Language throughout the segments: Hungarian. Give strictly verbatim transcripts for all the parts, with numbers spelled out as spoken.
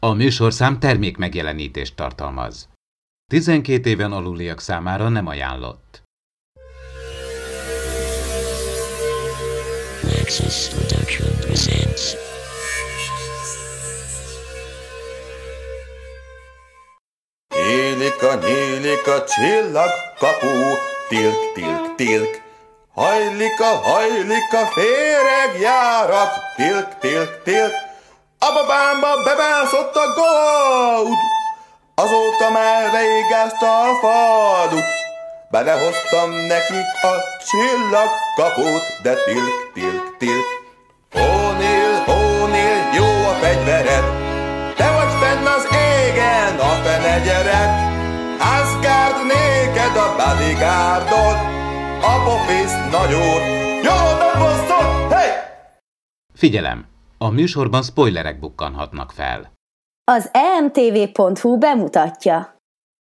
A műsorszám termék megjelenítést tartalmaz. tizenkét éven aluliak számára nem ajánlott. Nexus Production presents. Nyílik a, nyílik a csillagkapu, tilk, tilk, tilk. Hajlik a, hajlik a féregjárat, tilk, tilk, tilk. A babámba bebászott a gód, azóta már leégázta a falu. Belehoztam neki a csillagkaput, de tilk, tilk, tilk. Hónél, hónél, jó a fegyvered, te vagy fenn az égen, a fene gyerek. Asgard néked a bodyguardod, a pofisz nagyúr, jó naposztod, hey! Figyelem! A műsorban spoilerek bukkanhatnak fel. Az e em té vé pont hú bemutatja.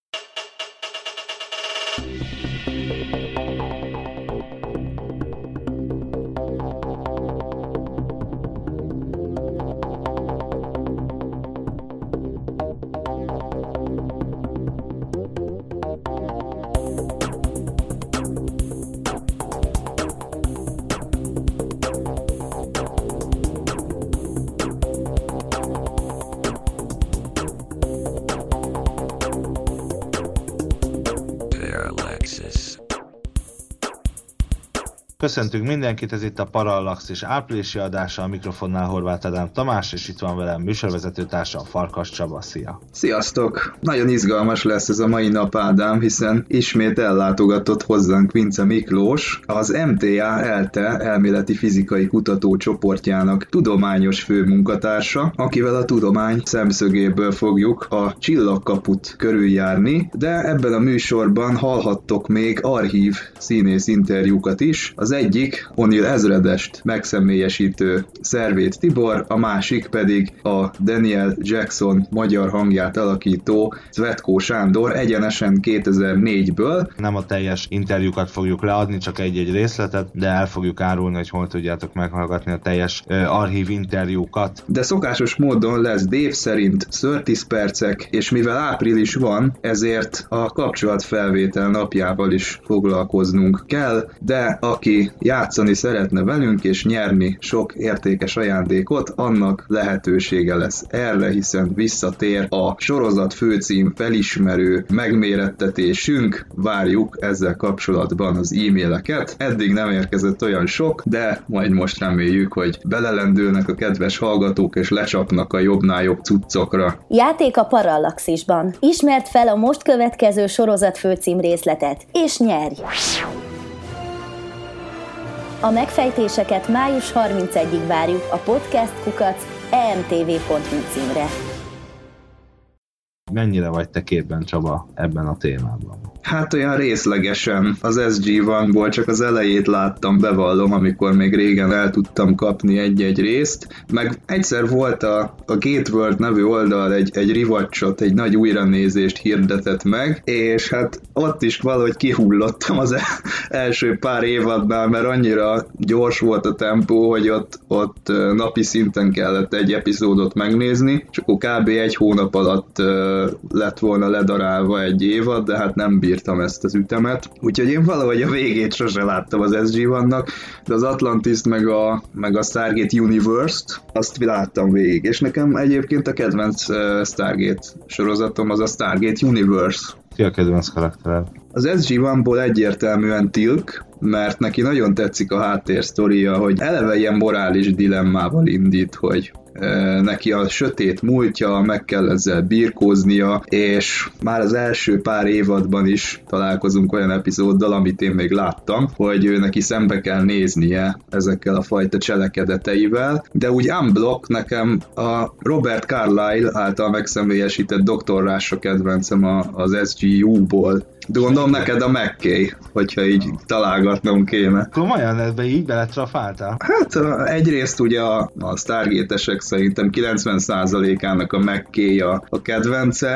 Köszöntünk mindenkit, ez itt a Parallax áprilisi adása, a mikrofonnál Horváth Ádám Tamás, és itt van velem műsorvezetőtársam Farkas Csaba, szia! Sziasztok! Nagyon izgalmas lesz ez a mai nap, Ádám, hiszen ismét ellátogatott hozzánk Vince Miklós, az em té á ELTE elméleti fizikai kutatócsoportjának tudományos főmunkatársa, akivel a tudomány szemszögéből fogjuk a csillagkaput körüljárni, de ebben a műsorban hallhattok még archív színész interjúkat is. Az egyik O'Neill ezredest megszemélyesítő Szervét Tibor, a másik pedig a Daniel Jackson magyar hangját alakító Cvetkó Sándor, egyenesen kétezer-négyből. Nem a teljes interjúkat fogjuk leadni, csak egy-egy részletet, de el fogjuk árulni, hogy hol tudjátok meghallgatni a teljes uh, archív interjúkat. De szokásos módon lesz Dave szerint szörtíz percek, és mivel április van, ezért a kapcsolatfelvétel napjával is foglalkoznunk kell, de aki játszani szeretne velünk és nyerni sok értékes ajándékot, annak lehetősége lesz erre, hiszen visszatér a sorozat főcím felismerő megmérettetésünk. Várjuk ezzel kapcsolatban az e-maileket. Eddig nem érkezett olyan sok, de majd most reméljük, hogy belelendülnek a kedves hallgatók és lecsapnak a jobbnál jobb cuccokra. Játék a Parallaxisban. Ismerd fel a most következő sorozat főcím részletet, és nyerj! A megfejtéseket május harmincegyedikéig várjuk a podcast kukac e em té vé pont hú címre. Mennyire vagy te képben, Csaba, ebben a témában? Hát olyan részlegesen. Az es gé egy-ból csak az elejét láttam, bevallom, amikor még régen el tudtam kapni egy-egy részt. Meg egyszer volt a, a Gateworld nevű oldal egy, egy rewatchot, egy nagy újranézést hirdetett meg, és hát ott is valahogy kihullottam az első pár évadnál, mert annyira gyors volt a tempó, hogy ott, ott napi szinten kellett egy epizódot megnézni, és akkor kb. Egy hónap alatt lett volna ledarálva egy évad, de hát nem bírtam ezt az ütemet. Úgyhogy én valahogy a végét sose láttam az es gé egy-nek, de az Atlantis meg a, meg a Stargate Universe-t, azt láttam végig. És nekem egyébként a kedvenc uh, Stargate sorozatom az a Stargate Universe. Ki a kedvenc karaktered? Az es gé egy-ból egyértelműen Tilk, mert neki nagyon tetszik a háttérsztoria, hogy eleve ilyen morális dilemmával indít, hogy neki a sötét múltja, meg kell ezzel birkóznia, és már az első pár évadban is találkozunk olyan epizóddal, amit én még láttam, hogy ő neki szembe kell néznie ezekkel a fajta cselekedeteivel, de úgy unblock nekem a Robert Carlyle által megszemélyesített doktorrás a kedvencem az es gé u-ból. De gondolom neked a McKay, hogyha így találgatnom kéne. Komolyan ebbe így beletrafáltál? Hát egyrészt ugye a, a Stargate-esek szerintem kilencven százalékának a McKay a, a kedvence,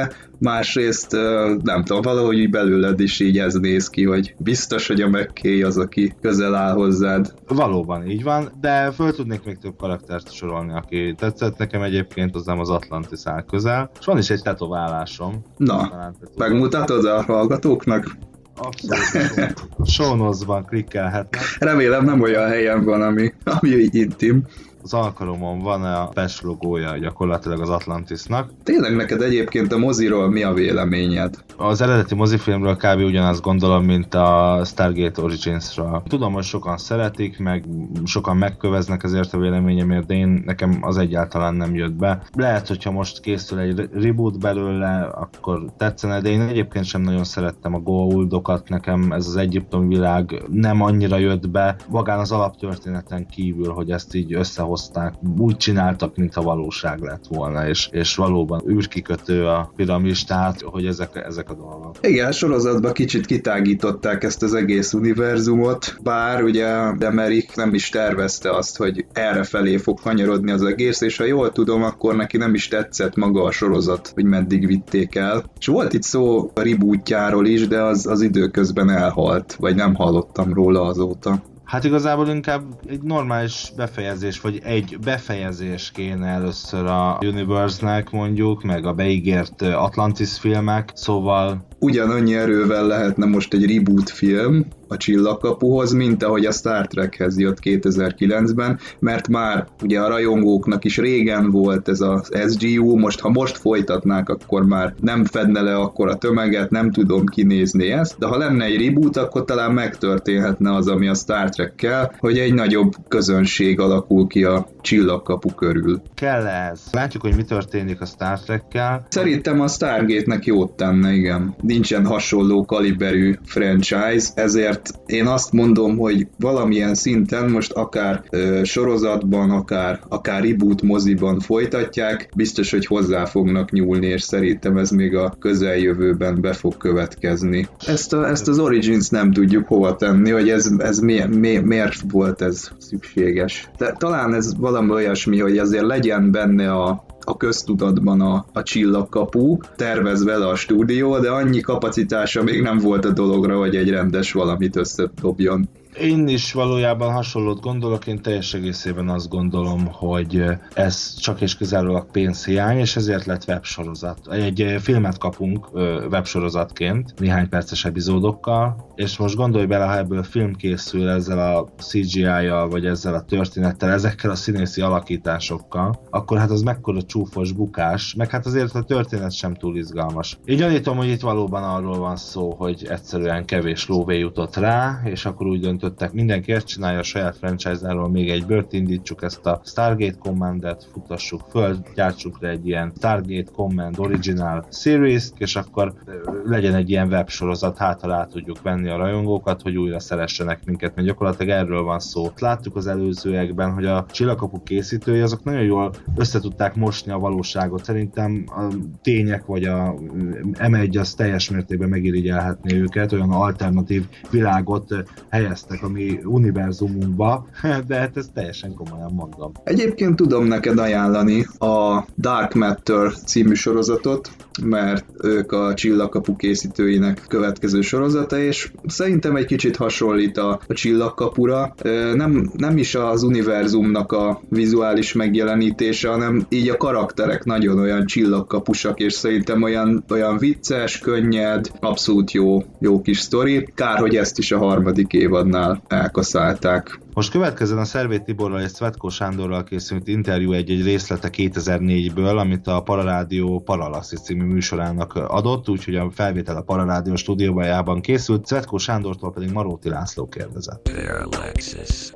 másrészt nem tudom, valahogy így belőled is így ez néz ki, hogy biztos, hogy a McKay az, aki közel áll hozzád. Valóban így van, de föl tudnék még több karaktert sorolni, aki tetszett nekem egyébként, hozzám az Atlantis áll közel, és van is egy tetoválásom. Na, megmutatod a hallgatóknak? Abszolút, show notes-ban klikkelhetnek. Remélem nem olyan helyen van, ami, ami így intim. Az alkalomon van a patch logója gyakorlatilag az Atlantisnak. Tényleg neked egyébként a moziról mi a véleményed? Az eredeti mozifilmről kb. Ugyanazt gondolom, mint a Stargate Origins-ra. Tudom, hogy sokan szeretik, meg sokan megköveznek ezért a véleményemért, de én nekem az egyáltalán nem jött be. Lehet, hogyha most készül egy reboot belőle, akkor tetszene, de én egyébként sem nagyon szerettem a Goa'uldokat, nekem ez az egyiptomi világ nem annyira jött be, magán az alaptörténeten kívül, hogy ezt így összehozták, úgy csináltak, mintha valóság lett volna, és, és valóban űrkikötő a piramis, tehát hogy ezek, ezek a dolgok. Igen, sorozatban kicsit kitágították ezt az egész univerzumot, bár ugye Emmerich nem is tervezte azt, hogy errefelé fog kanyarodni az egész, és ha jól tudom, akkor neki nem is tetszett maga a sorozat, hogy meddig vitték el. És volt itt szó a rebootjáról is, de az, az időközben elhalt, vagy nem hallottam róla azóta. Hát igazából inkább egy normális befejezés, vagy egy befejezés kéne először a Universe-nek mondjuk, meg a beígért Atlantis filmek, szóval... Ugyanannyi erővel lehetne most egy reboot film a Csillagkapuhoz, mint ahogy a Star Trekhez jött kétezer-kilencben, mert már ugye a rajongóknak is régen volt ez az es gé u, most ha most folytatnák, akkor már nem fedne le akkor a tömeget, nem tudom kinézni ezt, de ha lenne egy reboot, akkor talán megtörténhetne az, ami a Star Trekkel, hogy egy nagyobb közönség alakul ki a Csillagkapu körül. Kell ez? Látjuk, hogy mi történik a Star Trekkel. Szerintem a Stargate-nek jót tenne, igen. Nincsen hasonló kaliberű franchise, ezért én azt mondom, hogy valamilyen szinten most akár ö, sorozatban, akár, akár reboot moziban folytatják, biztos, hogy hozzá fognak nyúlni, és szerintem ez még a közeljövőben be fog következni. Ezt, a, ezt az Origins nem tudjuk hova tenni, hogy ez, ez mi, mi, miért volt ez szükséges. De talán ez valami olyasmi, hogy azért legyen benne a a köztudatban a, a Csillagkapu, tervez vele a stúdió, de annyi kapacitása még nem volt a dologra, hogy egy rendes valamit összedobjon. Én is valójában hasonlót gondolok, én teljes egészében azt gondolom, hogy ez csak és kizárólag pénzhiány, és ezért lett websorozat. Egy filmet kapunk websorozatként, néhány perces epizódokkal, és most gondolj bele, ha ebből film készül ezzel a cé gé í-jal, vagy ezzel a történettel, ezekkel a színészi alakításokkal, akkor hát az mekkora csúfos bukás, meg hát azért a történet sem túl izgalmas. Így gyanítom, hogy itt valóban arról van szó, hogy egyszerűen kevés lóvé jutott rá, és akkor úgy döntött, mindenki ezt csinálja a saját franchise-áról, még egy bört indítsuk, ezt a Stargate Command-et futassuk föl, gyártsuk le egy ilyen Stargate Command Original Series-t, és akkor legyen egy ilyen websorozat, hát ha rá tudjuk venni a rajongókat, hogy újra szeressenek minket, mert gyakorlatilag erről van szó. Láttuk az előzőekben, hogy a Csillagkapu készítői azok nagyon jól összetudták mosni a valóságot. Szerintem a tények vagy a em egy az teljes mértékben megirigyelhetné őket, olyan alternatív világot helyeztek a mi univerzumunkba, de hát ezt teljesen komolyan mondom. Egyébként tudom neked ajánlani a Dark Matter című sorozatot, mert ők a Csillagkapu készítőinek következő sorozata, és szerintem egy kicsit hasonlít a, a Csillagkapura. Nem, nem is az univerzumnak a vizuális megjelenítése, hanem így a karakterek nagyon olyan csillagkapusak, és szerintem olyan, olyan vicces, könnyed, abszolút jó, jó kis sztori. Kár, hogy ezt is a harmadik évadnál elkaszálták. Most következzen a Szervé Tiborral és Cvetkó Sándorral készült interjú egy-egy részlete kétezer-négyből, amit a Pararádió Parallaxis című műsorának adott, úgyhogy a felvétel a Pararádió stúdiójában készült, Cvetkó Sándortól pedig Maróti László kérdezett. Parallaxis.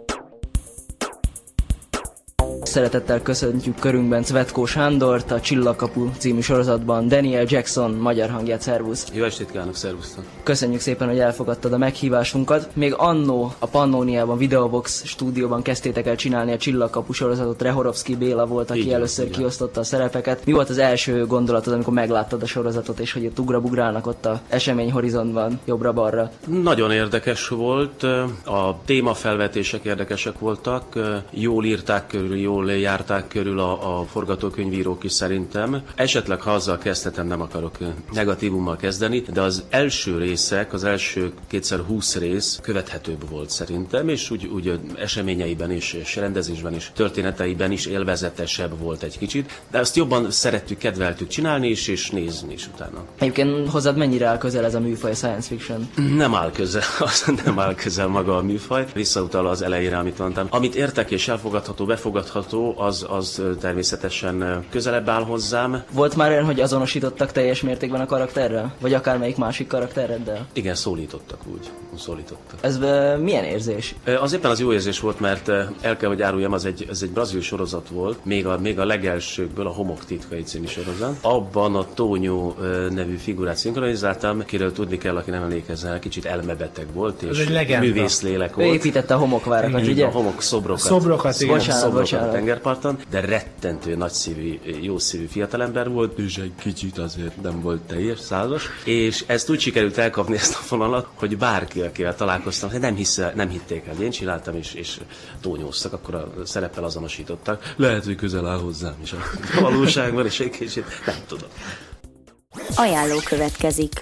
Szeretettel köszöntjük körünkben Cvetkó Sándort, a Csillagkapu című sorozatban Daniel Jackson magyar hangját, szervusz! Jó estét kívánok, szervusztok! Köszönjük szépen, hogy elfogadtad a meghívásunkat. Még annó a Pannóniában, Videobox stúdióban kezdtétek el csinálni a Csillagkapu sorozatot, Rehorovszky Béla volt, aki igen, először igen. kiosztotta a szerepeket. Mi volt az első gondolatod, amikor megláttad a sorozatot, és hogy ott ugrabugrálnak ott a esemény horizontban, jobbra-balra? Nagyon érdekes volt, a témafelvetések érdekesek voltak, jól írták körül, jól jól járták körül a, a forgatókönyvírók is szerintem. Esetleg, ha azzal kezdhetem, nem akarok negatívummal kezdeni, de az első részek, az első kétszer húsz rész követhetőbb volt szerintem, és úgy, úgy eseményeiben is, és rendezésben is, történeteiben is élvezetesebb volt egy kicsit, de azt jobban szerettük, kedveltük csinálni is, és nézni is utána. Egyébként hozzád mennyire áll közel ez a műfaj, science fiction? Nem áll közel, az nem áll közel maga a műfaj, visszautal az elejére, amit mondtam. Amit értek és elfogadható, befogadható, az, az természetesen közelebb áll hozzám. Volt már olyan, hogy azonosítottak teljes mértékben a karakterrel? Vagy akármelyik másik karaktereddel? Igen, szólítottak úgy. Szólítottak. Ez uh, milyen érzés? Az éppen az jó érzés volt, mert el kell, hogy áruljam, az egy, ez egy brazil sorozat volt, még a, még a legelsőkből, a Homok titkai című sorozat. Abban a Tónyó nevű figurát szinkronizáltam, kiről tudni kell, aki nem emlékezzel, kicsit elmebeteg volt, és művészlélek volt. Ő építette a homokvárakat, ugye? A homok szobrokat. Szobrokat, igen. Bocsánat, szobrokat bocsánat. a tengerparton, de rettentő nagyszívű, jószívű fiatalember volt, és egy kicsit azért nem volt teljes százas, és ezt úgy sikerült elkapni, ezt a vonalat, hogy bárki, akivel találkoztam, hogy nem, hisze, nem hitték el, én csináltam, és, és tónyóztak, akkor a szereppel azonosítottak. Lehet, hogy közel áll hozzám is a valóságban, és egy kicsit nem tudom. Ajánló következik.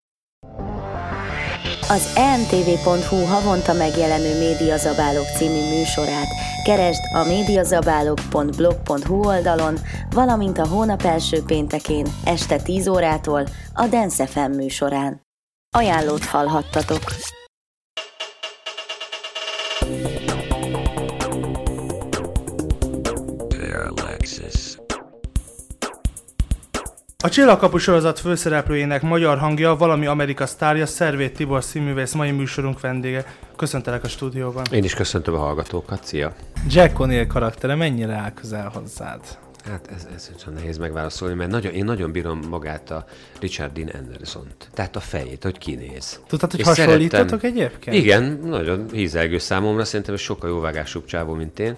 Az e m t v pont h u havonta megjelenő Médiazabálók című műsorát keresd a médiazabálók pont blog pont h u oldalon, valamint a hónap első péntekén este tíz órától a Dance ef em műsorán. Ajánlót hallhattatok. A Csillagkapu sorozat főszereplőjének magyar hangja, valami Amerika sztárja, Szervét Tibor színművész, mai műsorunk vendége. Köszöntelek a stúdióban. Én is köszöntöm a hallgatókat, szia! Jack O'Neill karaktere mennyire áll közel hozzád? Hát ez, ez csak nehéz megválaszolni, mert nagyon, én nagyon bírom magát a Richard Dean Andersont. Tehát a fejét, hogy kinéz. Tudtad, hogy és hasonlítatok szerettem... egyébként? Igen, nagyon hízelgő számomra, szerintem ez sokkal jóvágásúbb csávó, mint én.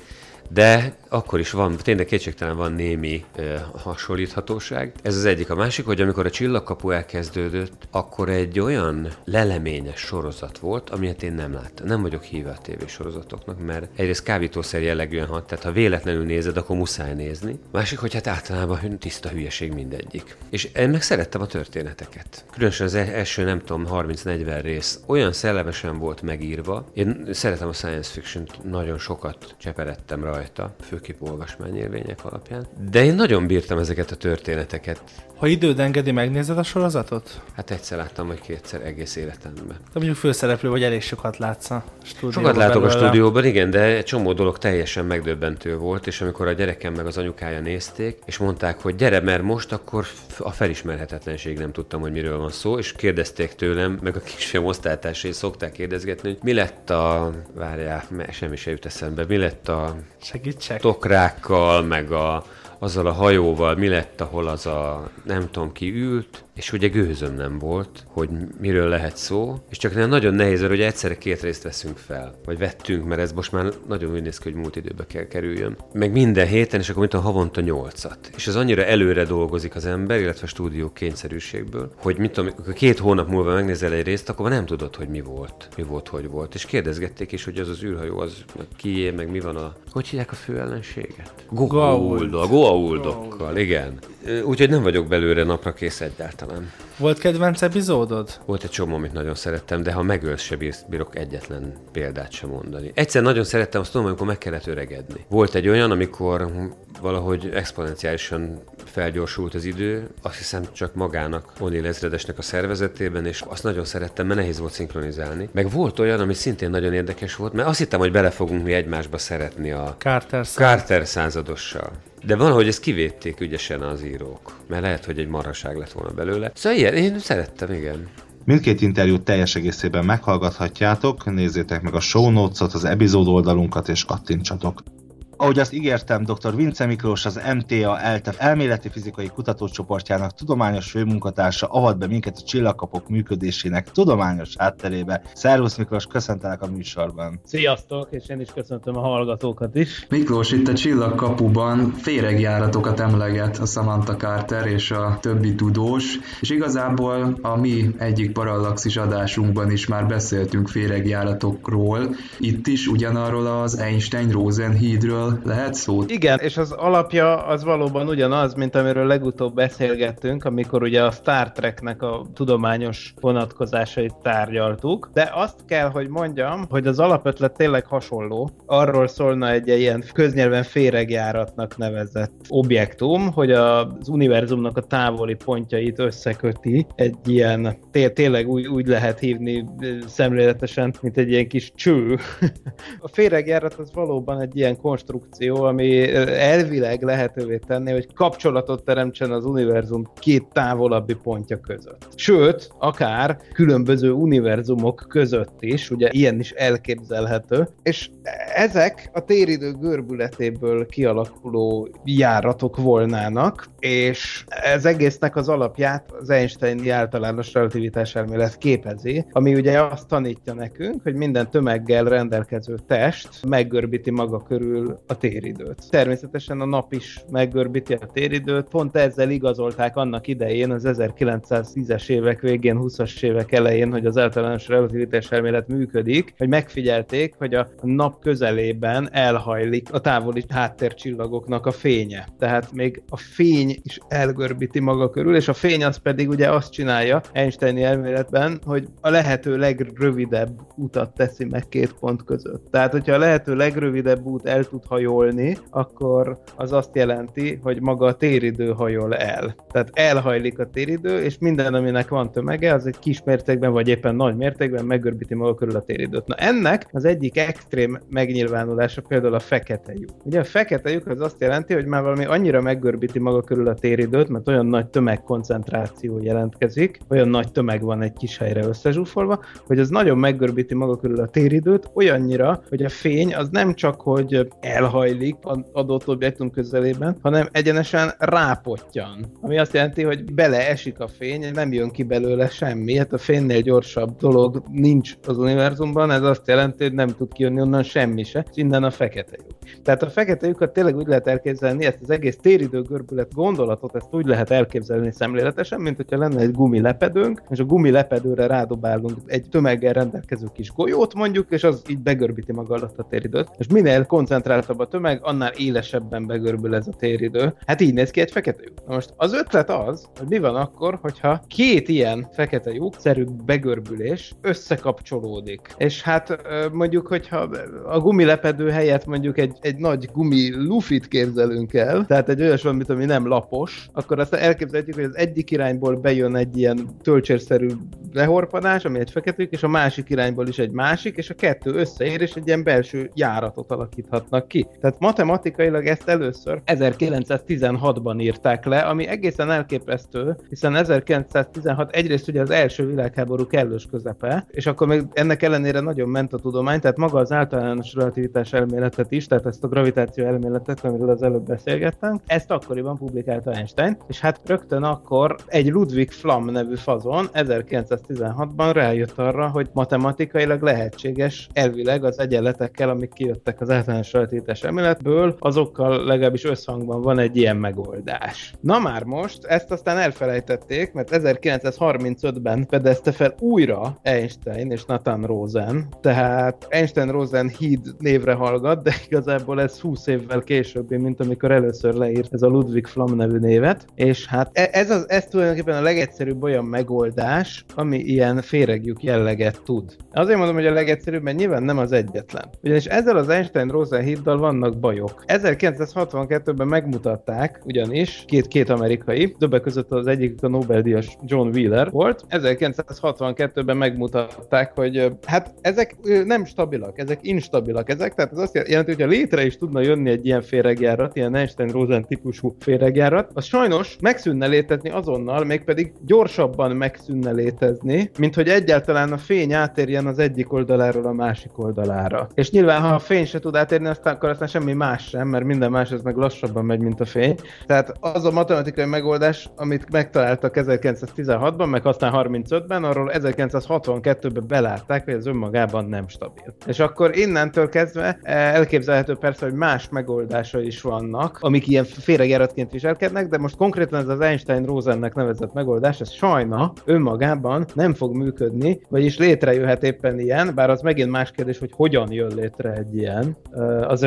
De akkor is van, tényleg kétségtelen van némi uh, hasonlíthatóság. Ez az egyik. A másik, hogy amikor a Csillagkapu elkezdődött, akkor egy olyan leleményes sorozat volt, amilyet én nem láttam. Nem vagyok híve a tévésorozatoknak, mert egyrészt kábítószer jellegűen hat, tehát ha véletlenül nézed, akkor muszáj nézni. Másik, hogy hát általában tiszta hülyeség mindegyik. És én meg szerettem a történeteket. Különösen az első, nem tudom, harminc-negyven rész olyan szellemesen volt megírva. Én szeretem a science fiction-t, nagyon sokat cseperedtem rajta, főképp olvasmányélmények alapján. De én nagyon bírtam ezeket a történeteket. Ha időd engedi, megnézed a sorozatot? Hát egyszer láttam, vagy kétszer egész életemben. De mondjuk főszereplő vagy, elég sokat látsz a stúdióban. Sokat látok belőle. a stúdióban, igen, de egy csomó dolog teljesen megdöbbentő volt, és amikor a gyerekem meg az anyukája nézték, és mondták, hogy gyere, mert most akkor a felismerhetetlenség, nem tudtam, hogy miről van szó, és kérdezték tőlem, meg a kisfiam osztálytársai szokták kérdezgetni, hogy mi lett a... Várjál, semmi se jut eszembe, mi lett a... Segítsek. Tokrákkal, meg a... azzal a hajóval, mi lett, ahol az a nem tudom ki ült, és ugye gőzöm nem volt, hogy miről lehet szó, és csak nagyon nehéz, hogy egyszerre két részt veszünk fel, vagy vettünk, mert ez most már nagyon úgy néz ki, hogy múlt időbe kell kerüljön. Meg minden héten, és akkor mint a havonta nyolcat. És ez annyira előre dolgozik az ember, illetve a stúdió kényszerűségből, hogy mit tudom, két hónap múlva megnézel egy részt, akkor nem tudod, hogy mi volt, mi volt, hogy volt. És kérdezgették is, hogy az az űrhajó, az kié, meg mi van a... Hogy hívják a fő ellenséget? Goa'uld, a Goa'uldokkal, igen. Úgyhogy nem vagyok belőle napra kész egyáltalán. Volt kedvenc epizódod? Volt egy csomó, amit nagyon szerettem, de ha megölsz, se bírok egyetlen példát sem mondani. Egyszer nagyon szerettem, azt tudom, amikor meg kellett öregedni. Volt egy olyan, amikor valahogy exponenciálisan felgyorsult az idő, azt hiszem csak magának, O'Neill ezredesnek a szervezetében, és azt nagyon szerettem, mert nehéz volt szinkronizálni. Meg volt olyan, ami szintén nagyon érdekes volt, mert azt hittem, hogy bele fogunk mi egymásba szeretni a Carter, száz. Carter századossal. De valahogy ezt kivédték ügyesen az írók, mert lehet, hogy egy marhaság lett volna belőle. Szóval ilyen, én szerettem, igen. Mindkét interjút teljes egészében meghallgathatjátok, nézzétek meg a show notes-ot, az epizód oldalunkat és kattintsatok. Ahogy azt ígértem, doktor Vince Miklós, az em té á ELTE elméleti fizikai kutatócsoportjának tudományos főmunkatársa avat be minket a Csillagkapuk működésének tudományos hátterébe. Szervusz Miklós, köszöntelek a műsorban. Sziasztok, és én is köszöntöm a hallgatókat is. Miklós itt a Csillagkapuban féregjáratokat emleget a Samantha Carter és a többi tudós, és igazából a mi egyik parallaxis adásunkban is már beszéltünk féregjáratokról, itt is ugyanarról az Einstein-Rosen hídről, alapjáról lehet szó? Igen, és az alapja az valóban ugyanaz, mint amiről legutóbb beszélgettünk, amikor ugye a Star Treknek a tudományos vonatkozásait tárgyaltuk, de azt kell, hogy mondjam, hogy az alapötlet tényleg hasonló. Arról szólna egy ilyen köznyelven féregjáratnak nevezett objektum, hogy az univerzumnak a távoli pontjait összeköti egy ilyen, té- tényleg úgy, úgy lehet hívni szemléletesen, mint egy ilyen kis cső. A féregjárat az valóban egy ilyen konstrukció, ami elvileg lehetővé tenni, hogy kapcsolatot teremtsen az univerzum két távolabbi pontja között. Sőt, akár különböző univerzumok között is, ugye ilyen is elképzelhető, és ezek a téridő görbületéből kialakuló járatok volnának, és ez egésznek az alapját az Einsteini általános relativitás elmélet képezi, ami ugye azt tanítja nekünk, hogy minden tömeggel rendelkező test meggörbíti maga körül a téridőt. Természetesen a nap is meggörbíti a téridőt, pont ezzel igazolták annak idején az ezerkilencszáztízes évek végén, huszas évek elején, hogy az általános relativitás elmélet működik, hogy megfigyelték, hogy a nap közelében elhajlik a távoli háttércsillagoknak a fénye. Tehát még a fény is elgörbíti maga körül, és a fény az pedig ugye azt csinálja Einsteini elméletben, hogy a lehető legrövidebb utat teszi meg két pont között. Tehát, hogyha a lehető legrövidebb út el tud hajolni, akkor az azt jelenti, hogy maga a téridő hajol el. Tehát elhajlik a téridő, és minden, aminek van tömege, az egy kis mértékben, vagy éppen nagy mértékben meggörbíti maga körül a téridőt. Na ennek az egyik extrém megnyilvánulása például a fekete lyuk. Ugye a fekete lyuk az azt jelenti, hogy már valami annyira meggörbíti maga körül a téridőt, mert olyan nagy tömegkoncentráció jelentkezik, olyan nagy tömeg van egy kis helyre összezsúfolva, hogy az nagyon meggörbíti maga körül a téridőt, olyannyira, hogy a fény az nem csak, hogy elhajlik az adott objektum közelében, hanem egyenesen rápottyan. Ami azt jelenti, hogy beleesik a fény, nem jön ki belőle semmi. Hát a fénynél gyorsabb dolog nincs az univerzumban, ez azt jelenti, hogy nem tud kijönni onnan semmi se, és innen a fekete lyuk. Tehát a fekete lyukat tényleg úgy lehet elképzelni, ezt az egész téridőgörbület gondolatot, ezt úgy lehet elképzelni szemléletesen, mint hogyha lenne egy gumilepedőnk, és a gumilepedőre rádobálunk egy tömeggel rendelkező kis golyót mondjuk, és az így begörbíti maga alatt a téridőt. És minél koncentráltabb a tömeg, annál élesebben begörbül ez a téridő. Hát így néz ki egy fekete lyuk. Na most az ötlet az, hogy mi van akkor, hogyha két ilyen fekete lyuk-szerű begörbülés összekapcsolódik. És hát mondjuk, hogyha a gumilepedő helyett mondjuk egy, egy nagy gumi lufit képzelünk el, tehát egy olyas valamit, ami nem lapos, akkor azt elképzeljük, hogy az egyik irányból bejön egy ilyen tölcsérszerű lehorpanás, ami egy fekete lyuk, és a másik irányból is egy másik, és a kettő összeér, és egy ilyen belső járatot alakíthatnak ki. Tehát matematikailag ezt először ezerkilencszáztizenhatban írták le, ami egészen elképesztő, hiszen ezerkilencszáztizenhat egyrészt ugye az első világháború kellős közepe, és akkor még ennek ellenére nagyon ment a tudomány, tehát maga az általános relativitás elméletet is, tehát ezt a gravitáció elméletet, amiről az előbb beszélgettünk, ezt akkoriban publikálta Einstein, és hát rögtön akkor egy Ludwig Flamm nevű fazon ezerkilencszáztizenhatban rájött arra, hogy matematikailag lehetséges elvileg az egyenletekkel, amik kijöttek az általános relativitás elméletből, azokkal legalábbis összhangban van egy ilyen megoldás. Na már most, ezt aztán elfelejtették, mert ezerkilencszázharmincötben fedezte fel újra Einstein és Nathan Rosen, tehát Einstein-Rosen híd névre hallgat, de igazából ez húsz évvel későbbi, mint amikor először leírt ez a Ludwig Flamm nevű névet, és hát ez, az, ez tulajdonképpen a legegyszerűbb olyan megoldás, ami ilyen féreglyuk jelleget tud. Azért mondom, hogy a legegyszerűbb, mert nyilván nem az egyetlen. Ugyanis ezzel az Einstein-Rosen híddal vannak bajok. ezerkilencszázhatvankettőben megmutatták, ugyanis két, két amerikai, többek között az egyik a Nobel-díjas John Wheeler volt, ezerkilencszázhatvankettőben megmutatták, hogy hát ezek nem stabilak, ezek instabilak ezek, tehát ez azt jelenti, hogy ha létre is tudna jönni egy ilyen féregjárat, ilyen Einstein-Rosen típusú féregjárat, az sajnos megszűnne létezni azonnal, mégpedig gyorsabban megszűnne létezni, mint hogy egyáltalán a fény átérjen az egyik oldaláról a másik oldalára. És nyilván, ha a fény se tud átérni, aztán, akkor aztán semmi más sem, mert minden más ez meg lassabban megy, mint a fény. Tehát az a matematikai megoldás, amit megtaláltak ezerkilencszáztizenhatban, meg aztán harmincötben, arról ezerkilencszázhatvankettőben belátták, hogy ez önmagában nem stabil. És akkor innentől kezdve elképzelhető persze, hogy más megoldásai is vannak, amik ilyen féregjáratként viselkednek, de most konkrétan ez az Einstein-Rosennek nevezett megoldás, ez sajna önmagában nem fog működni, vagyis létrejöhet éppen ilyen, bár az megint más kérdés, hogy hogyan jön létre egy ilyen. Az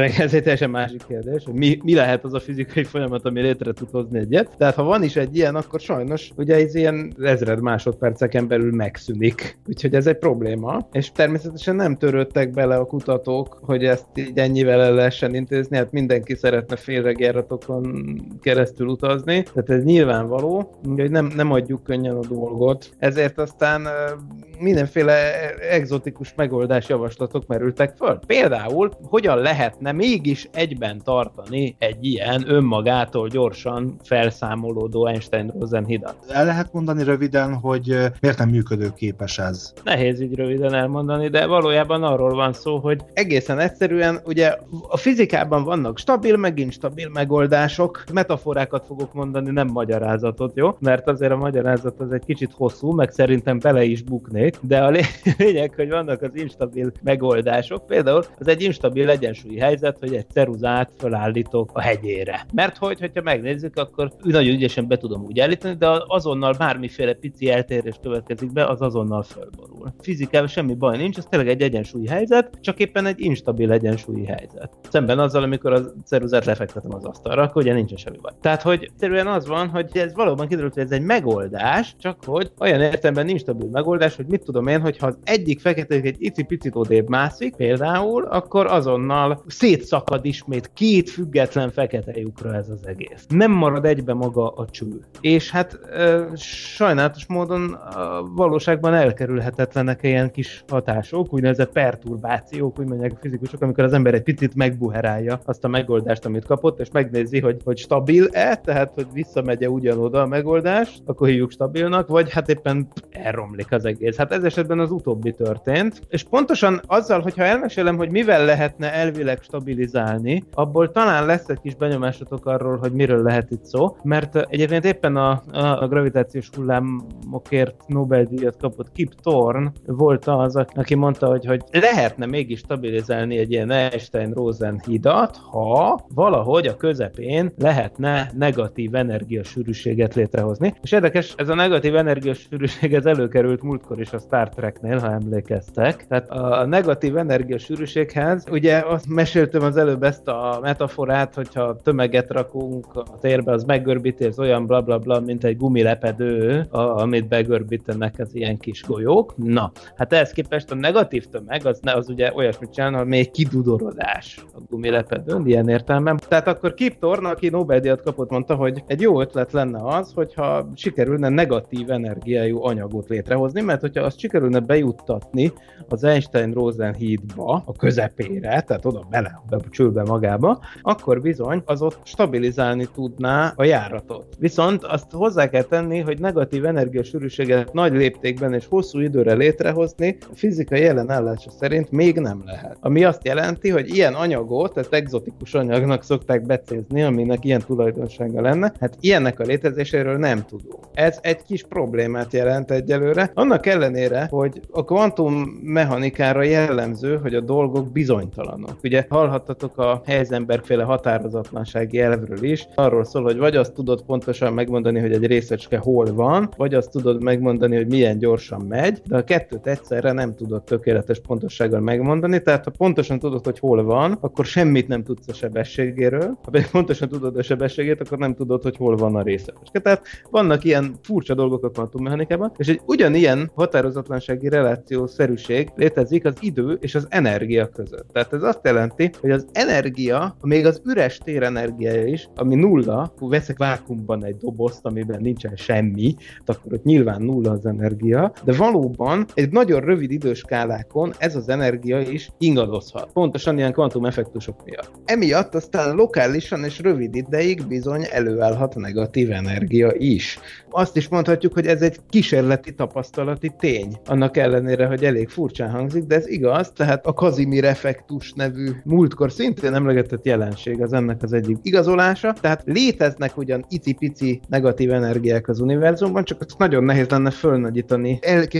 meg ez egy teljesen másik kérdés, hogy mi, mi lehet az a fizikai folyamat, ami létre tud hozni egyet. Tehát ha van is egy ilyen, akkor sajnos ugye ez ilyen ezred másodperceken belül megszűnik. Úgyhogy ez egy probléma. És természetesen nem törődtek bele a kutatók, hogy ezt így ennyivel el lehessen intézni. Hát mindenki szeretne félregjáratokon keresztül utazni. Tehát ez nyilvánvaló, hogy nem, nem adjuk könnyen a dolgot. Ezért aztán mindenféle egzotikus megoldás javaslatok merültek föl. Például, hogyan lehetne mégis egyben tartani egy ilyen önmagától gyorsan felszámolódó Einstein-Rosen hidat? El lehet mondani röviden, hogy miért nem működőképes ez? Nehéz így röviden elmondani, de valójában arról van szó, hogy egészen egyszerűen, ugye a fizikában vannak stabil, meg instabil megoldások. Metaforákat fogok mondani, nem magyarázatot, jó? Mert azért a magyarázat az egy kicsit hosszú, meg szerintem bele is buknék, de a lényeg, hogy vannak az instabil megoldások. Például az egy instabil egyensúlyi helyzet, hogy egy ceruzát felállítok a hegyére. Mert hogy, hogyha megnézzük, akkor nagyon ügyesen be tudom úgy állítani, de azonnal bármiféle pici eltérés következik be, az azonnal fölborul. Fizikában semmi baj nincs, ez tényleg egy egyensúlyi helyzet, csak éppen egy instabil egyensúlyi helyzet. Szemben azzal, amikor a ceruzát lefektetem az asztalra, akkor ugye nincsen semmi baj. Tehát, hogy egyszerűen az van, hogy ez valóban kiderült, hogy ez egy megoldás, csak hogy olyan értelemben nincs stabil megoldás, hogy mit tudom én, hogy ha az egyik feketék egy icipicit odébb mászik, például, akkor azonnal szétszakad ismét két független fekete lyukra ez az egész. Nem marad egybe maga a cső. És hát e, sajnálatos módon a valóságban elkerülhetetlenek ilyen kis hatások, úgynevezett perturbációk, úgy mondják a fizikusok, amikor az ember egy picit megbuherálja azt a megoldást, amit kapott, és megnézi, hogy, hogy stabil-e, tehát hogy visszamegy-e ugyanoda a megoldás, akkor hívjuk stabilnak, vagy hát éppen elromlik az egész. Hát ez esetben az utóbbi történt, és pontosan azzal, hogyha elmesélem, hogy mivel lehetne elvileg stabilizálni, abból talán lesz egy kis benyomásotok arról, hogy miről lehet itt szó, mert egyébként éppen a, a, a gravitációs hullámokért Nobel-díjat kapott Kip Thorne volt az, aki mondta, hogy, hogy lehetne mégis stabilizálni egy ilyen Einstein-Rosen hidat, ha valahogy a közepén lehetne negatív energiasűrűséget létrehozni. És érdekes, ez a negatív energiasűrűség ez előkerült múltkor is a Star Treknél, ha emlékeztek. Tehát a negatív energiasűrűséghez, ugye azt meséltem az előbb ezt a metaforát, hogyha tömeget rakunk a térbe, az meggörbíti, ez olyan blablabla, bla, bla, mint egy gumilepedő, a, amit begörbítenek az ilyen kis golyók. Na, hát ehhez képest a negatív tömeg, az, az ugye olyasmit csinálna, hogy még kidudorodás a gumilepedőn, ilyen értelemben. Tehát akkor Kip Thorne, aki Nobel-díjat kapott, mondta, hogy egy jó ötlet lenne az, hogyha sikerülne negatív energiájú anyagot létrehozni, mert hogyha azt sikerülne bejuttatni az Einstein-Rosen hídba, a közepére, tehát oda bele, be a csőbe magába, akkor bizony az ott stabilizálni tudná a járatot. Viszont azt hozzá kell tenni, hogy negatív energiasűrűséget nagy léptékben és hosszú időre létrehozni a fizikai jelenállása szerint még nem lehet. Ami azt jelenti, hogy ilyen anyagot, ezt egzotikus anyagnak szokták becézni, aminek ilyen tulajdonsága lenne, hát ilyennek a létezéséről nem tudunk. Ez egy kis problémát jelent egyelőre. Annak ellenére, hogy a kvantummechanikára jellemző, hogy a dolgok bizonytalanok. Ugye hallhattatok a Heisenberg-féle határozatlansági elvről is, arról szól, hogy vagy azt tudod pontosan megmondani, hogy egy részecske hol van, vagy azt tudod megmondani, hogy milyen gyorsan megy, de a kettőt egyszerre nem tudod tökéletes pontossággal megmondani, tehát ha pontosan tudod, hogy hol van, akkor semmit nem tudsz a sebességéről, ha pedig pontosan tudod a sebességét, akkor nem tudod, hogy hol van a részecske. Tehát vannak ilyen furcsa dolgok a kvantummechanikában, és egy ugyanilyen határozatlansági relációszerűség létezik az idő és az energia között. Tehát ez azt jelenti, hogy az energia, még az üres térenergiája is, ami nulla, veszek vákuumban egy dobozt, amiben nincsen semmi, akkor ott nyilván nulla az energia, de valóban egy nagyon rövid időskálákon ez az energia is ingadozhat. Pontosan ilyen kvantumeffektusok miatt. Emiatt aztán lokálisan és rövid ideig bizony előállhat negatív energia is. Azt is mondhatjuk, hogy ez egy kísérleti tapasztalati tény. Annak ellenére, hogy elég furcsán hangzik, de ez igaz, tehát a Casimir-effektus nevű múltkor szintén emlegetett jelenség az ennek az egyik igazolása, tehát léteznek ugyan icipici negatív energiák az univerzumban, csak azt nagyon nehéz lenne fölnagyítani elképzelésünk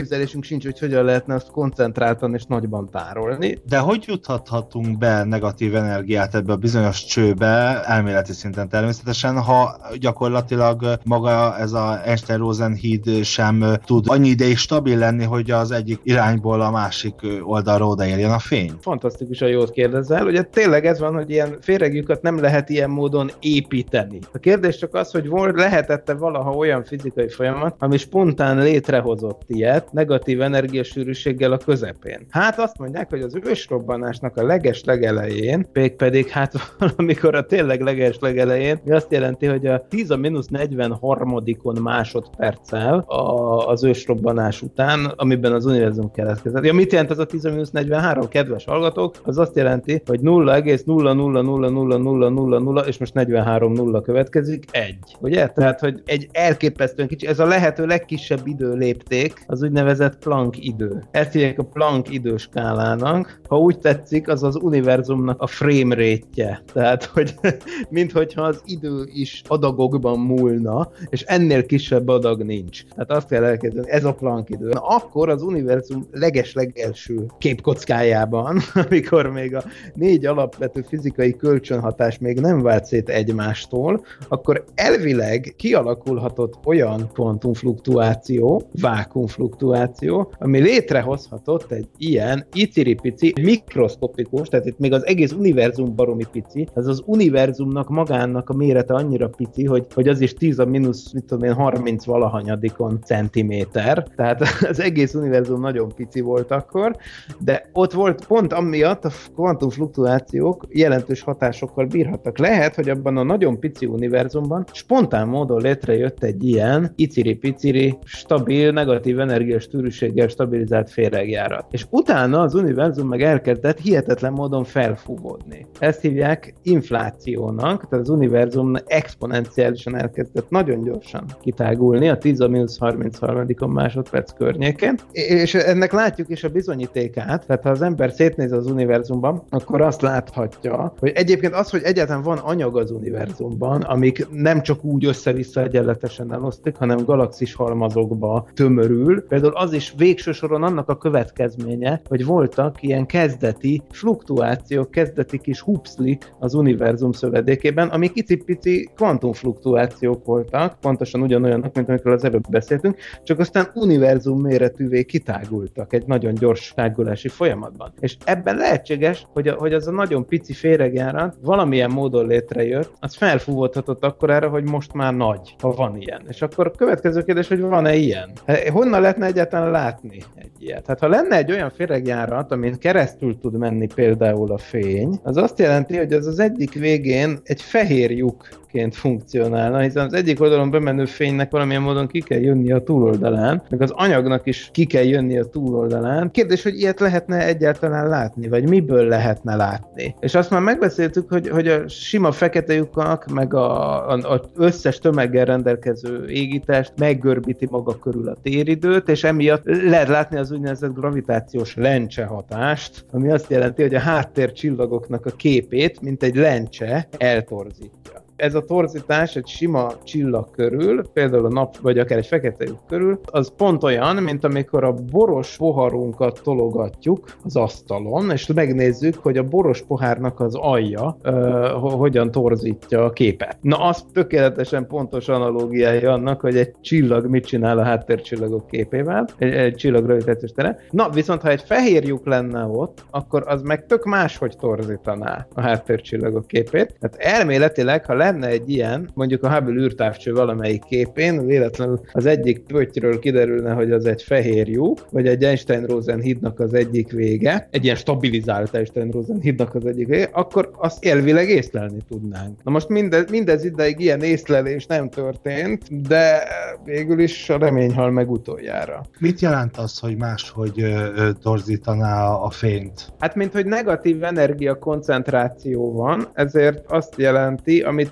sincs, hogy hogyan lehetne azt koncentráltan és nagyban tárolni. De hogy juthathatunk be negatív energiát ebbe a bizonyos csőbe, elméleti szinten természetesen, ha gyakorlatilag maga ez a Einstein-Rosen híd sem tud annyi ideig stabil lenni, hogy az egyik irányból a másik oldalra odaérjen a fény? Fantasztikusan jót kérdezel, ugye tényleg ez van, hogy ilyen féregjüket nem lehet ilyen módon építeni. A kérdés csak az, hogy volt, lehetette valaha olyan fizikai folyamat, ami spontán létrehozott ilyet, negatív energiasűrűséggel a közepén. Hát azt mondják, hogy az ősrobbanásnak a leges legelején, pedig hát valamikor a tényleg leges legelején, mi azt jelenti, hogy a tíz a mínusz negyvenharmadikon másodperccel a, az ősrobbanás után, amiben az univerzum keletkezett. Ja, mit jelent ez a tíz a mínusz negyvenhárom, kedves hallgatók? Az azt jelenti, hogy nulla egész nulla nulla nulla nulla nulla nulla nulla és most negyvenhárom nulla következik, egy. Ugye? Tehát, hogy egy elképesztően kicsi, ez a lehető legkisebb időlépték, az úgynevezett Planck idő. Ezt hívják a Planck időskálának. Ha úgy tetszik, az az univerzumnak a frame rate-je. Tehát, hogy minthogyha az idő is adagokban múlna, és ennél kisebb adag nincs. Tehát azt kell elkezdeni, ez a Planck idő. Na, akkor az univerzum leges-legelső képkockájában, amikor még a négy alapvető fizikai kölcsönhatás még nem vált szét egymástól, akkor elvileg kialakulhatott olyan kvantumfluktuáció, vákuumfluktuáció, ami létrehozhatott egy ilyen iciripici, mikroszkopikus, tehát itt még az egész univerzum baromi pici, ez az univerzumnak magának a mérete annyira pici, hogy, hogy az is tíz a mínusz, mit tudom én, harminc valahanyadikon centiméter, tehát az egész univerzum nagyon pici volt akkor, de ott volt pont amiatt a kvantumfluktuációk jelentős hatásokkal bírhattak. Lehet, hogy abban a nagyon pici univerzumban spontán módon létrejött egy ilyen iciri-piciri, stabil, negatív energiás tűrűséggel stabilizált féregjárat. És utána az univerzum meg elkezdett hihetetlen módon felfúvódni. Ezt hívják inflációnak, tehát az univerzum exponenciálisan elkezdett nagyon gyorsan kitágulni a tíz a mínusz harmincharmadikon másodperc környékén, és ennek látjuk is a bizonyítékát, tehát ha az ember szétnéz az univerzumban, akkor azt láthatja, hogy egyébként az, hogy egyáltalán van anyag az univerzumban, amik nem csak úgy össze-vissza egyenletesen elosztik, hanem galaxis halmazokba tömörül. Például az is végső soron annak a következménye, hogy voltak ilyen kezdeti fluktuációk, kezdeti kis hupszlik az univerzum szövedékében, amik icipici kvantumfluktuációk voltak, pontosan ugyanolyanok, mint amikről az előbb beszéltünk, csak aztán univerzum méretűvé kitágultak egy nagyon gyors tágulási folyamatban. És ebben lehetséges, hogy, a, hogy az a nagyon pici féregjárat valamilyen módon létrejött, az felfúvódhatott akkorára, hogy most már nagy, ha van ilyen. És akkor a következő kérdés, hogy van-e ilyen? Honnan lehetne egyáltalán látni egy ilyet? Hát ha lenne egy olyan féregjárat, amin keresztül tud menni például a fény, az azt jelenti, hogy az az egyik végén egy fehér lyukként funkcionálna, hiszen az egyik oldalon bemenő fénynek valamilyen módon ki kell jönni a túloldalán, meg az anyagnak is ki kell jönni a túloldalán. Kérdés, hogy ilyet lehetne egyáltalán látni, vagy miből lehetne látni. És azt már megbeszéltük, hogy, hogy a sima fekete lyukak, meg a, a, a összes tömeggel rendelkező égitest meggörbíti maga körül a téridőt, és emiatt lehet látni az úgynevezett gravitációs lencse hatást, ami azt jelenti, hogy a háttércsillagoknak a képét, mint egy lencse, eltorzítja. Ez a torzítás egy sima csillag körül, például a nap, vagy akár egy fekete lyuk körül, az pont olyan, mint amikor a boros poharunkat tologatjuk az asztalon, és megnézzük, hogy a boros pohárnak az alja uh, hogyan torzítja a képet. Na, az tökéletesen pontos analógiája annak, hogy egy csillag mit csinál a háttércsillagok képével, egy, egy csillag gravitációs tere. Na, viszont ha egy fehér lyuk lenne ott, akkor az meg tök máshogy torzítaná a háttércsillagok képét. Tehát elméletileg, ha lenne egy ilyen, mondjuk a Hubble űrtávcső valamelyik képén, véletlenül az egyik pöttyről kiderülne, hogy az egy fehér lyuk, vagy egy Einstein-Rosen hídnak az egyik vége, egy ilyen stabilizált Einstein-Rosen hídnak az egyik vége, akkor azt elvileg észlelni tudnánk. Na most mindez, mindez ideig ilyen észlelés nem történt, de végül is a remény hal meg utoljára. Mit jelent az, hogy máshogy ö, torzítaná a fényt? Hát, mint hogy negatív energia koncentráció van, ezért azt jelenti, amit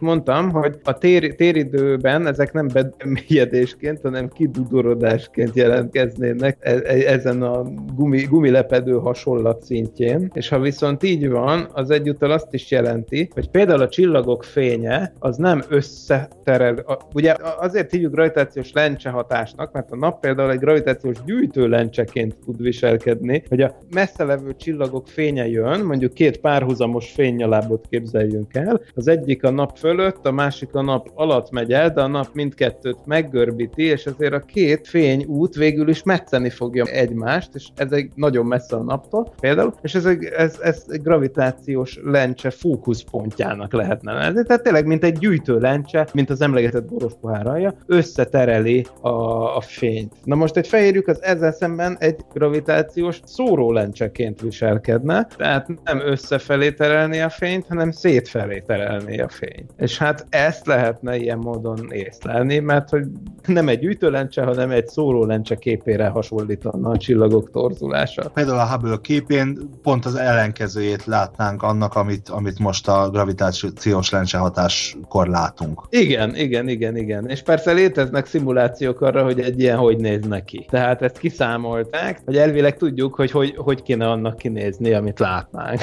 mondtam, hogy a tér, téridőben ezek nem bemélyedésként, hanem kidudorodásként jelentkeznének e- e- ezen a gumi, gumilepedő hasonlat szintjén, és ha viszont így van, az egyúttal azt is jelenti, hogy például a csillagok fénye az nem összeterel. A, ugye azért hívjuk gravitációs lencse hatásnak, mert a nap például egy gravitációs gyűjtő lencseként tud viselkedni, hogy a messze levő csillagok fénye jön, mondjuk két párhuzamos fénynyalábot képzeljünk el, az egyik a nap fölött, a másik a nap alatt megy el, de a nap mindkettőt meggörbíti, és ezért a két fényút végül is metszeni fogja egymást, és ez egy nagyon messze a naptól például, és ez egy, ez, ez egy gravitációs lencse fókuszpontjának lehetne lenni. Tehát tényleg, mint egy gyűjtő lencse, mint az emlegetett boros pohár alja, összetereli a, a fényt. Na most egy fehérjük az ezzel szemben egy gravitációs szórólencseként viselkedne, tehát nem összefelé terelni a fényt, hanem szétfelé terelni a fényt. És hát ezt lehetne ilyen módon észlelni, mert hogy nem egy gyűjtőlencse, hanem egy szórólencse képére hasonlítana a csillagok torzulása. Például a Hubble képén pont az ellenkezőjét látnánk annak, amit, amit most a gravitációs lencse hatáskor látunk. Igen, igen, igen, igen. És persze léteznek szimulációk arra, hogy egy ilyen hogy néz neki. Tehát ezt kiszámolták, hogy elvileg tudjuk, hogy hogy, hogy kéne annak kinézni, amit látnánk.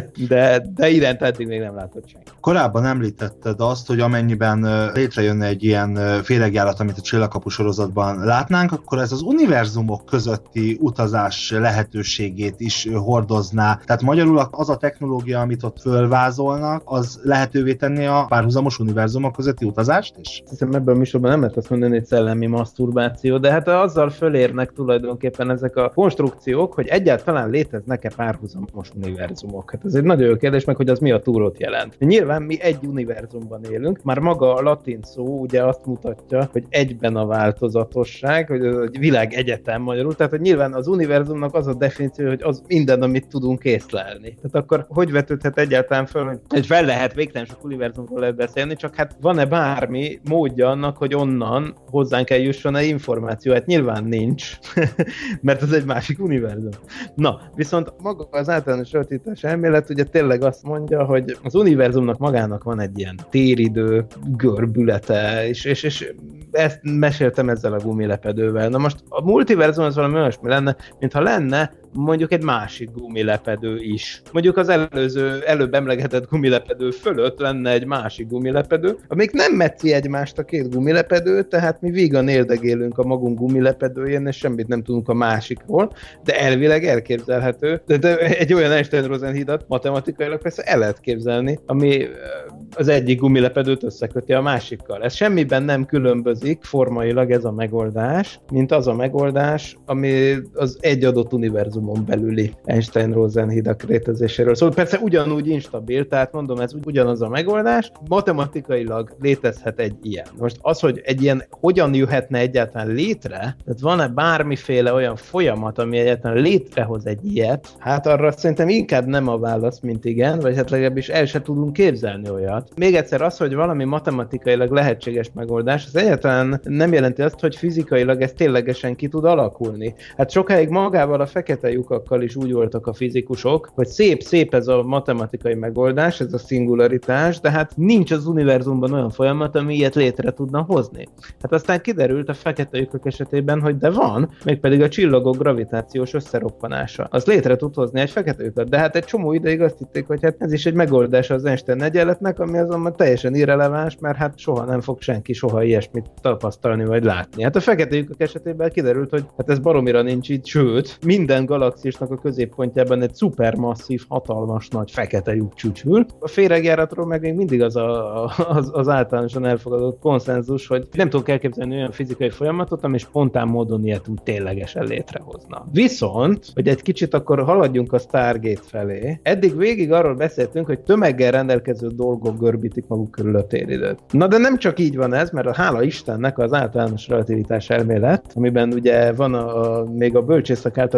de, de iránt eddig még nem látott senki. Korábban említetted azt, hogy amennyiben létrejönne egy ilyen féregjárat, amit a Csillagkapu sorozatban látnánk, akkor ez az univerzumok közötti utazás lehetőségét is hordozná. Tehát magyarul az a technológia, amit ott fölvázolnak, az lehetővé tenni a párhuzamos univerzumok közötti utazást is? Hiszem ebben a műsorban nem lehet azt mondani, hogy szellemi maszturbáció, de hát azzal fölérnek tulajdonképpen ezek a konstrukciók, hogy egyáltalán léteznek-e párhuzamos univerzumok. Hát ez egy nagyon jó kérdés, meg hogy az mi a túrót jelent. Nyilván mi egy univerzumban élünk, már maga a latin szó ugye azt mutatja, hogy egyben a változatosság, hogy a világ egyetem magyarul, tehát hogy nyilván az univerzumnak az a definíció, hogy az minden, amit tudunk észlelni. Tehát akkor hogy vetődhet egyáltalán föl, hogy, hogy fel lehet, végtelen sok univerzumról lehet beszélni, csak hát van-e bármi módja annak, hogy onnan hozzánk eljusson-e információ? Hát nyilván nincs, mert ez egy másik univerzum. Na, viszont maga az általános relativitás elmélet ugye tényleg azt mondja, hogy az univerzumnak magának van egy ilyen téridő görbülete, és, és, és ezt meséltem ezzel a gumilepedővel. Na most a multiverzum az valami olyasmi lenne, mintha lenne mondjuk egy másik gumilepedő is. Mondjuk az előző, előbb emlegetett gumilepedő fölött lenne egy másik gumilepedő, amik nem metszi egymást a két gumilepedő, tehát mi vígan éldegélünk a magunk gumilepedőjén, és semmit nem tudunk a másikról, de elvileg elképzelhető. De, de egy olyan Einstein-Rosen hidat matematikailag persze el lehet képzelni, ami az egyik gumilepedőt összeköti a másikkal. Ez semmiben nem különbözik formailag ez a megoldás, mint az a megoldás, ami az egy adott univerzumon belüli Einstein-Rosen hidak létezéséről. Szóval persze ugyanúgy instabil, tehát mondom, ez ugyanaz a megoldás, matematikailag létezhet egy ilyen. Most az, hogy egy ilyen hogyan jöhetne egyáltalán létre, tehát van-e bármiféle olyan folyamat, ami egyáltalán létrehoz egy ilyet, hát arra szerintem inkább nem a válasz, mint igen, vagy hát legalábbis el se tudunk képzelni olyat. Még egyszer az, hogy valami matematikailag lehetséges megoldás, az egyáltalán nem jelenti azt, hogy fizikailag ez ténylegesen ki tud alakulni. Hát sokáig magával a fekete lyukakkal is úgy voltak a fizikusok, hogy szép-szép ez a matematikai megoldás, ez a szingularitás, de hát nincs az univerzumban olyan folyamat, ami ilyet létre tudna hozni. Hát aztán kiderült a fekete lyukak esetében, hogy de van, mégpedig a csillagok gravitációs összeroppanása. Az létre tud hozni egy fekete lyukat, de hát egy csomó ideig azt hitték, hogy hát ez is egy megoldás az Einstein egyenletnek, ami azonban teljesen irreleváns, mert hát soha nem fog senki soha ilyesmit tapasztalni vagy látni. Hát a fekete lyukak esetében kiderült, hogy hát ez baromira nincs itt, sőt, minden galaxisnak a középpontjában egy szupermasszív, hatalmas nagy fekete lyuk csücsül. A féregjáratról meg még mindig az, a, az, az általánosan elfogadott konszenzus, hogy nem tudok elképzelni olyan fizikai folyamatot, ami spontán módon ilyet úgy ténylegesen létrehozna. Viszont, hogy egy kicsit akkor haladjunk a Stargate felé, eddig végig arról beszéltünk, hogy tömeggel rendelkező dolgok görbítik maguk körül a téridőt. Na de nem csak így van ez, mert a hála Istennek az általános relativitás elmélet, amiben ugye van a, a, még a bölcsészek által is ismert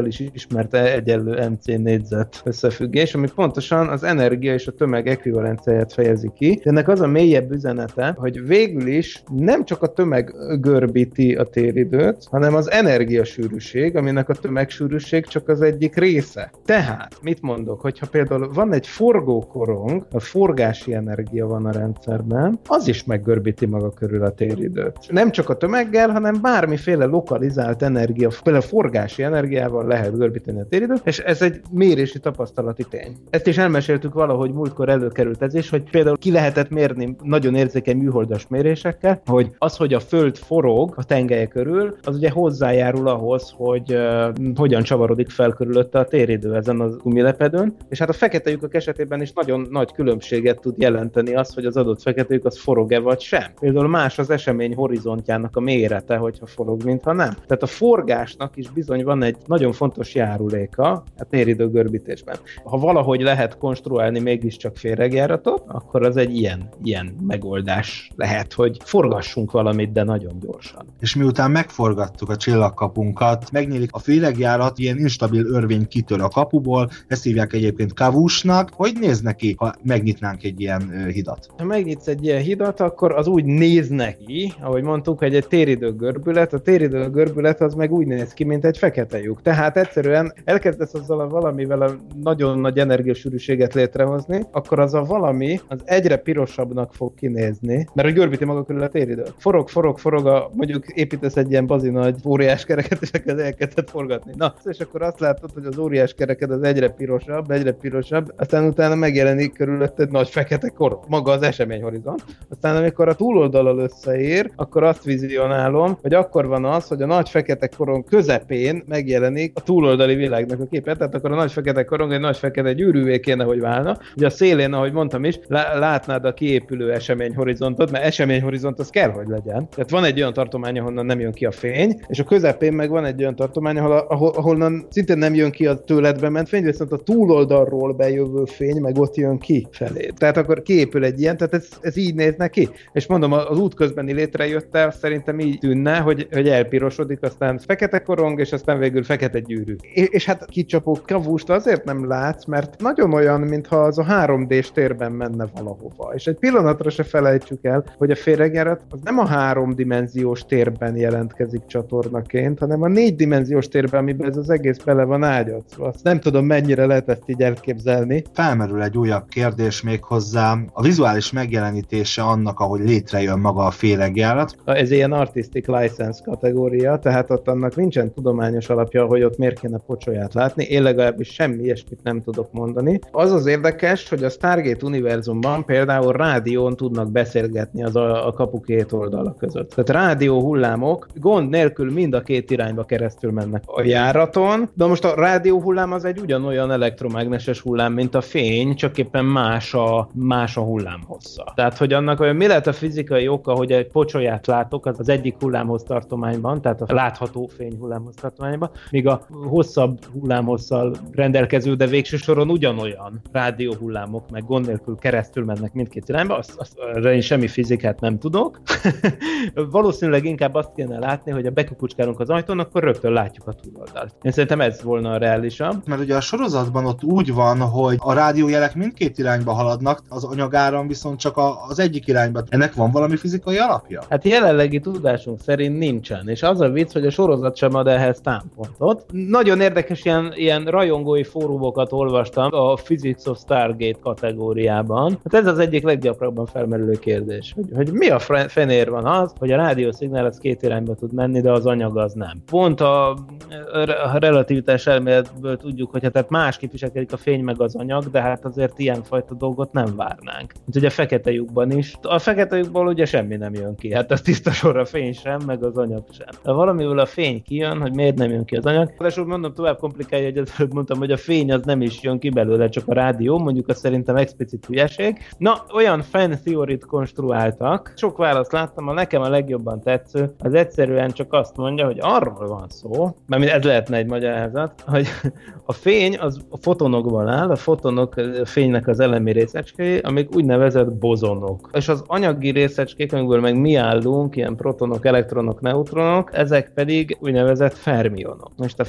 ismert egyenlő em cé négyzet összefüggés, ami pontosan az energia és a tömeg ekvivalenciáját fejezi ki. Ennek az a mélyebb üzenete, hogy végül is nem csak a tömeg görbíti a téridőt, hanem az energiasűrűség, aminek a tömegsűrűség csak az egyik része. Tehát, mit mondok, hogyha például van egy forgókorong, a forgási energia van a rendszerben, az is meggörbíti maga körül a téridőt. Nem csak a tömeggel, hanem bármiféle lokalizált energia, például forgási energiával lehet görbíteni a téridőt, és ez egy mérési tapasztalati tény. Ezt is elmeséltük valahogy, múltkor előkerült ez is, hogy például ki lehetett mérni nagyon érzékeny műholdas mérésekkel, hogy az, hogy a Föld forog a tengelye körül, az ugye hozzájárul ahhoz, hogy uh, hogyan csavarodik fel körülötte a téridő ezen az gumilepedőn, és hát a fekete lyukak esetében is nagyon nagy különbséget tud jelenteni az, hogy az adott fekete lyuk az forog-e vagy sem. Például más az esemény horizontjának a mérete, hogyha forog, mintha nem. Tehát a forgásnak is bizony van egy nagyon fontos járuléka a téridő görbítésben. Ha valahogy lehet konstruálni mégiscsak féregjáratot, akkor az egy ilyen, ilyen megoldás lehet, hogy forgassunk valamit, de nagyon gyorsan. És miután megforgattuk a csillagkapunkat, megnyílik a féregjárat, ilyen instabil örvény kitör a kapuból, ezt hívják egyébként kavúsnak. Hogy néz neki, ha megnyitnánk egy ilyen ö, hidat? Ha megnyitsz egy ilyen hidat, akkor az úgy néz neki, ahogy mondtuk, hogy egy téridő görbület, a téridő görbület az meg úgy néz ki, mint egy fekete lyuk. Tehát egyszerűen elkezdesz azzal a valamivel a nagyon nagy energiasűrűséget létrehozni, akkor az a valami az egyre pirosabbnak fog kinézni, mert hogy görbíti maga körül a téridőt. Forog, forog, forog, a, mondjuk építesz egy ilyen bazi nagy óriás kereket, és akkor elkezded forgatni. Na, és akkor azt látod, hogy az óriás kereked az egyre pirosabb, egyre pirosabb, aztán utána megjelenik körülött egy nagy fekete korong, maga az eseményhorizont. Aztán amikor a túloldalal összeér, akkor azt vizionálom, hogy akkor van az, hogy a nagy fekete korong közepén megjelenik a túloldali világnak a képe, tehát akkor a nagy fekete korong egy nagy fekete gyűrűvé kéne, hogy válna. Ugye a szélén, ahogy mondtam is, látnád a kiépülő eseményhorizontot, mert eseményhorizont az kell, hogy legyen. Tehát van egy olyan tartomány, ahonnan nem jön ki a fény, és a közepén meg van egy olyan tartomány, ahol, ahol, ahonnan szintén nem jön ki a tőledbe ment fény, viszont a túloldalról bejövő fény meg ott jön ki felé. Tehát akkor kiépül egy ilyen, tehát ez, ez így néz neki. És mondom, az útközbeni létrejötte, szerintem így tűnne, hogy, hogy elpirosodik, aztán fekete korong, és aztán végül fekete gyűrű. És, és hát kicsapó kavúst azért nem látsz, mert nagyon olyan, mintha az a három dés térben menne valahova. És egy pillanatra se felejtsük el, hogy a féregjárat az nem a háromdimenziós térben jelentkezik csatornaként, hanem a négydimenziós térben, amiben ez az egész bele van ágyazva. Azt nem tudom, mennyire lehet ezt így elképzelni. Felmerül egy újabb kérdés még hozzá. A vizuális megjelenítése annak, ahogy létrejön maga a féregjárat. Ez ilyen artistic license kategória, tehát ott annak nincsen tudományos alapja, hogy ott miért kéne pocsolyát látni. Én legalábbis semmi ilyesmit nem tudok mondani. Az az érdekes, hogy a Stargate univerzumban például rádión tudnak beszélgetni az a, a kapu két oldala között. Tehát rádió hullámok gond nélkül mind a két irányba keresztül mennek a járaton, de most a rádió hullám az egy ugyanolyan elektromágneses hullám, mint a fény, csak éppen más a, más a hullámhossza. Tehát, hogy annak olyan mi lehet a fizikai oka, hogy egy pocsolyát látok az, az egyik hullámhoz tartományban, tehát a látható fény hullámhoz tartományban, míg a hosszabb hullámhosszal rendelkező, de végső soron ugyanolyan rádió hullámok meg gond nélkül keresztül mennek mindkét irányba, azt, azt, arra én semmi fizikát nem tudok. Valószínűleg inkább azt kéne látni, hogy ha bekukucskálunk az ajtón, akkor rögtön látjuk a túloldalt. Én szerintem ez volna a reálisabb. Mert ugye a sorozatban ott úgy van, hogy a rádiójelek mindkét irányba haladnak, az anyagáram viszont csak a, az egyik irányba. Ennek van valami fizikai alapja? Hát jelenlegi tudásunk szerint nincsen, és az a vicc, hogy a sorozat sem ad ehhez támpontot. Nagyon érdekes ilyen, ilyen rajongói fórumokat olvastam a Physics of Stargate kategóriában. Hát ez az egyik leggyakrabban felmerülő kérdés, hogy, hogy mi a fenér van az, hogy a rádiószignál az két irányba tud menni, de az anyag az nem. Pont a, a relativitás elméletből tudjuk, hogy hát tehát másképp viselkedik a fény meg az anyag, de hát azért ilyenfajta dolgot nem várnánk. Mint ugye a fekete lyukban is. A fekete lyukból ugye semmi nem jön ki, hát az tiszta sor a fény sem, meg az anyag sem. De valamiből a fény kijön, hogy miért nem jön ki az anyag. De mondom, tovább komplikálja, hogy előbb mondtam, hogy a fény az nem is jön ki belőle, csak a rádió, mondjuk az szerintem explicit hülyeség. Na, olyan fan theorit konstruáltak, sok választ láttam, a nekem a legjobban tetsző, az egyszerűen csak azt mondja, hogy arról van szó, mert ez lehetne egy magyarázat, hogy a fény az a fotonokban áll, a fotonok a fénynek az elemi részecskéi, amik úgynevezett bozonok. És az anyagi részecskék, amikből meg mi állunk, ilyen protonok, elektronok, neutronok, ezek pedig úgynevezett fermionok. Most a fermion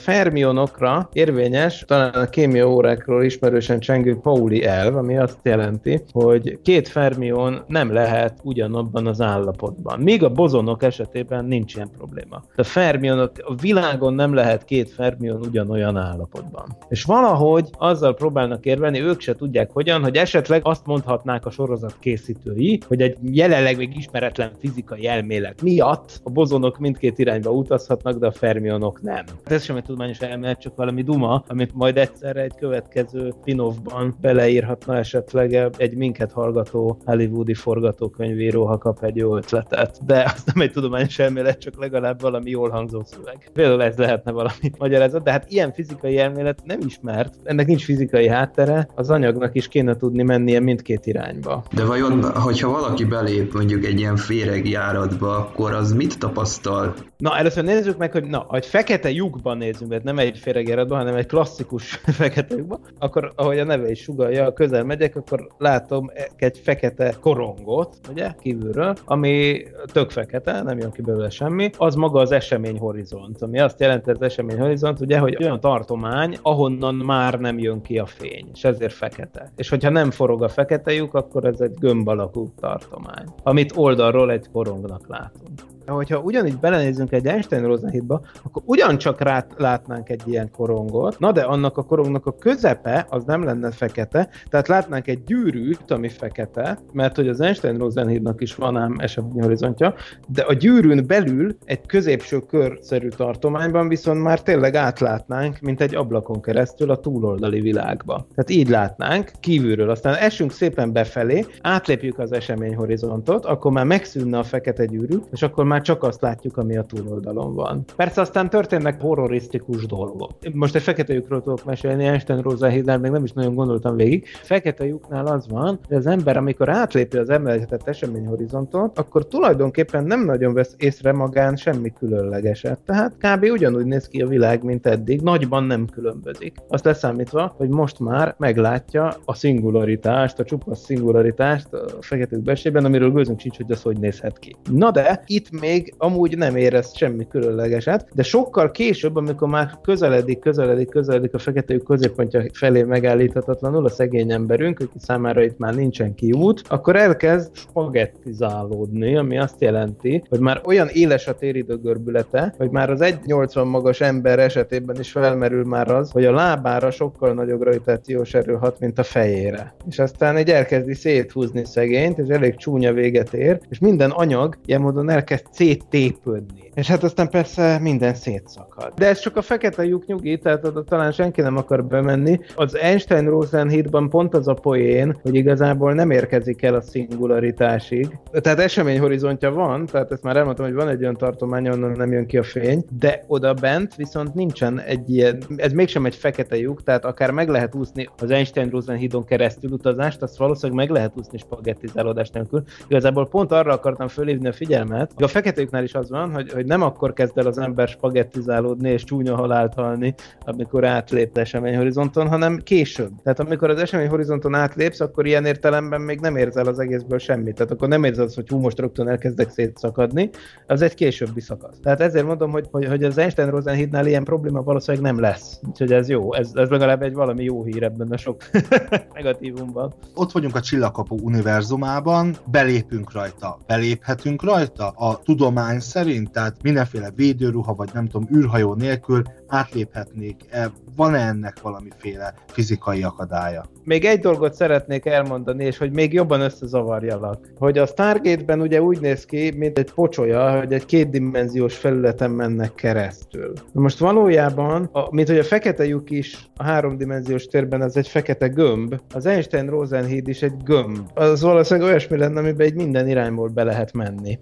fermionokra érvényes, talán a kémia órákról ismerősen csengő Pauli elv, ami azt jelenti, hogy két fermion nem lehet ugyanabban az állapotban. Míg a bozonok esetében nincs ilyen probléma. A fermionok, a világon nem lehet két fermion ugyanolyan állapotban. És valahogy azzal próbálnak érvelni, ők se tudják hogyan, hogy esetleg azt mondhatnák a sorozat készítői, hogy egy jelenleg még ismeretlen fizikai elmélet miatt a bozonok mindkét irányba utazhatnak, de a fermionok nem. Ez sem egy tudományos elmélet, csak valami duma, amit majd egyszerre egy következő spin-offban beleírhatna esetleg egy minket hallgató hollywoodi forgatókönyvíró, ha kap egy jó ötletet. De az nem egy tudományos elmélet, csak legalább valami jól hangzó szöveg. Például ez lehetne valami magyarázat, de hát ilyen fizikai elmélet nem ismert, ennek nincs fizikai háttere, az anyagnak is kéne tudni mennie mindkét irányba. De vajon, hogyha valaki belép mondjuk egy ilyen féregjáratba, akkor az mit tapasztal? Na, először nézzük meg, hogy na, egy fekete lyukban nézzünk, mert nem egy féregjáratban, hanem egy klasszikus fekete lyukban, akkor, ahogy a neve is sugallja, közel megyek, akkor látom egy fekete korongot, ugye, kívülről, ami tök fekete, nem jön ki belőle semmi, az maga az eseményhorizont, ami azt jelenti az eseményhorizont, ugye, hogy olyan tartomány, ahonnan már nem jön ki a fény, és ezért fekete. És hogyha nem forog a fekete lyuk, akkor ez egy gömb alakú tartomány, amit oldalról egy korongnak látunk. Hogyha ugyanígy belenézzünk egy Einstein-Rosen-hídba, akkor ugyancsak rát, látnánk egy ilyen korongot, na de annak a korongnak a közepe az nem lenne fekete, tehát látnánk egy gyűrűt, ami fekete, mert hogy az Einstein-Rosen-hídnak is van ám eseményhorizontja, de a gyűrűn belül egy középső körszerű tartományban viszont már tényleg átlátnánk, mint egy ablakon keresztül a túloldali világba. Tehát így látnánk kívülről, aztán esünk szépen befelé, átlépjük az eseményhorizontot, akkor már megszűnne a fekete gyűrű, és akkor már csak azt látjuk, ami a túloldalon van. Persze aztán történnek horrorisztikus dolgok. Most egy fekete lyukról tudok mesélni, Einstein-Rosen-hídnál még nem is nagyon gondoltam végig. Fekete lyuknál az van, hogy az ember, amikor átlépi az emlegetett eseményhorizontot, akkor tulajdonképpen nem nagyon vesz észre magán semmi különlegeset. Tehát kb. Ugyanúgy néz ki a világ, mint eddig, nagyban nem különbözik. Azt leszámítva, hogy most már meglátja a szingularitást, a csupasz szingularitást a fekete lyuk belsejében, amiről gőzünk sincs, hogy az hogy nézhet ki. Na de itt még amúgy nem érez semmi különlegeset, de sokkal később, amikor már közeledik, közeledik, közeledik a fekete lyuk középpontja felé megállíthatatlanul a szegény emberünk, aki számára itt már nincsen kiút, akkor elkezd spagettizálódni, ami azt jelenti, hogy már olyan éles a téridő görbülete, hogy már az egy nyolcvan magas ember esetében is felmerül már az, hogy a lábára sokkal nagyobb gravitációs erő hat, mint a fejére. És aztán egy elkezdi széthúzni szegényt, és elég csúnya véget ér, és minden anyag ilyen módon elkezd széttépődni. És hát aztán persze minden szétszakad. De ez csak a fekete lyuk nyugi, tehát oda talán senki nem akar bemenni. Az Einstein-Rosen-hídban pont az a poén, hogy igazából nem érkezik el a szingularitásig. Tehát eseményhorizontja van, tehát ezt már elmondtam, hogy van egy olyan tartomány, onnan nem jön ki a fény, de oda bent viszont nincsen egy ilyen, ez mégsem egy fekete lyuk, tehát akár meg lehet úszni az Einstein-Rosen-hídon keresztül utazást, azt valószínűleg meg lehet úszni spagettizálódás nélkül. Igazából pont arra akartam fölhívni a figyelmet, hogy a fekete lyuknál is az van, hogy, hogy nem akkor kezd el az ember spagettizálódni és csúnya halált halni, amikor átlép eseményhorizonton, hanem később. Tehát amikor az eseményhorizonton átlépsz, akkor ilyen értelemben még nem érzel az egészből semmit. Tehát akkor nem érzed, hogy hú, most rögtön elkezdek szétszakadni, az egy későbbi szakasz. Tehát ezért mondom, hogy, hogy, hogy az Einstein-Rosen-hídnál ilyen probléma valószínűleg nem lesz. Úgyhogy ez jó. Ez, ez legalább egy valami jó hír ebben a sok negatívumban. Ott vagyunk a Csillagkapu univerzumában, belépünk rajta, beléphetünk rajta a tudomány szerint, tehát mindenféle védőruha, vagy nem tudom, űrhajó nélkül átléphetnék. Van-e ennek valamiféle fizikai akadálya? Még egy dolgot szeretnék elmondani, és hogy még jobban összezavarjalak. Hogy a Stargate-ben ugye úgy néz ki, mint egy pocsolya, hogy egy kétdimenziós felületen mennek keresztül. Most valójában, a, mint hogy a fekete lyuk is a háromdimenziós térben az egy fekete gömb, az Einstein-Rosen-híd is egy gömb. Az valószínűleg olyasmi lenne, amiben egy minden irányból be lehet menni.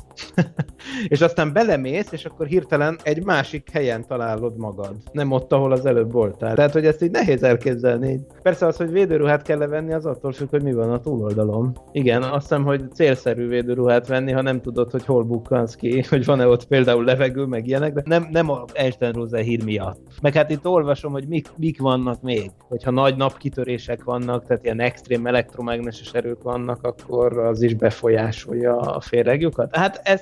És aztán belemész, és akkor hirtelen egy másik helyen találod magad. Nem ott, ahol az előbb voltál. Tehát, hogy ezt így nehéz elképzelni. Persze az, hogy védőruhát kell venni, az attól függ, hogy mi van a túloldalon. Igen, azt hiszem, hogy célszerű védőruhát venni, ha nem tudod, hogy hol bukkansz ki, hogy van-e ott például levegő, meg ilyenek, de nem, nem a Einstein-Rosen-híd miatt. Meg hát itt olvasom, hogy mik, mik vannak még. Hogyha nagy napkitörések vannak, tehát ilyen extrém elektromágneses erők vannak, akkor az is befolyásolja a férjegjukat. Hát ez teljes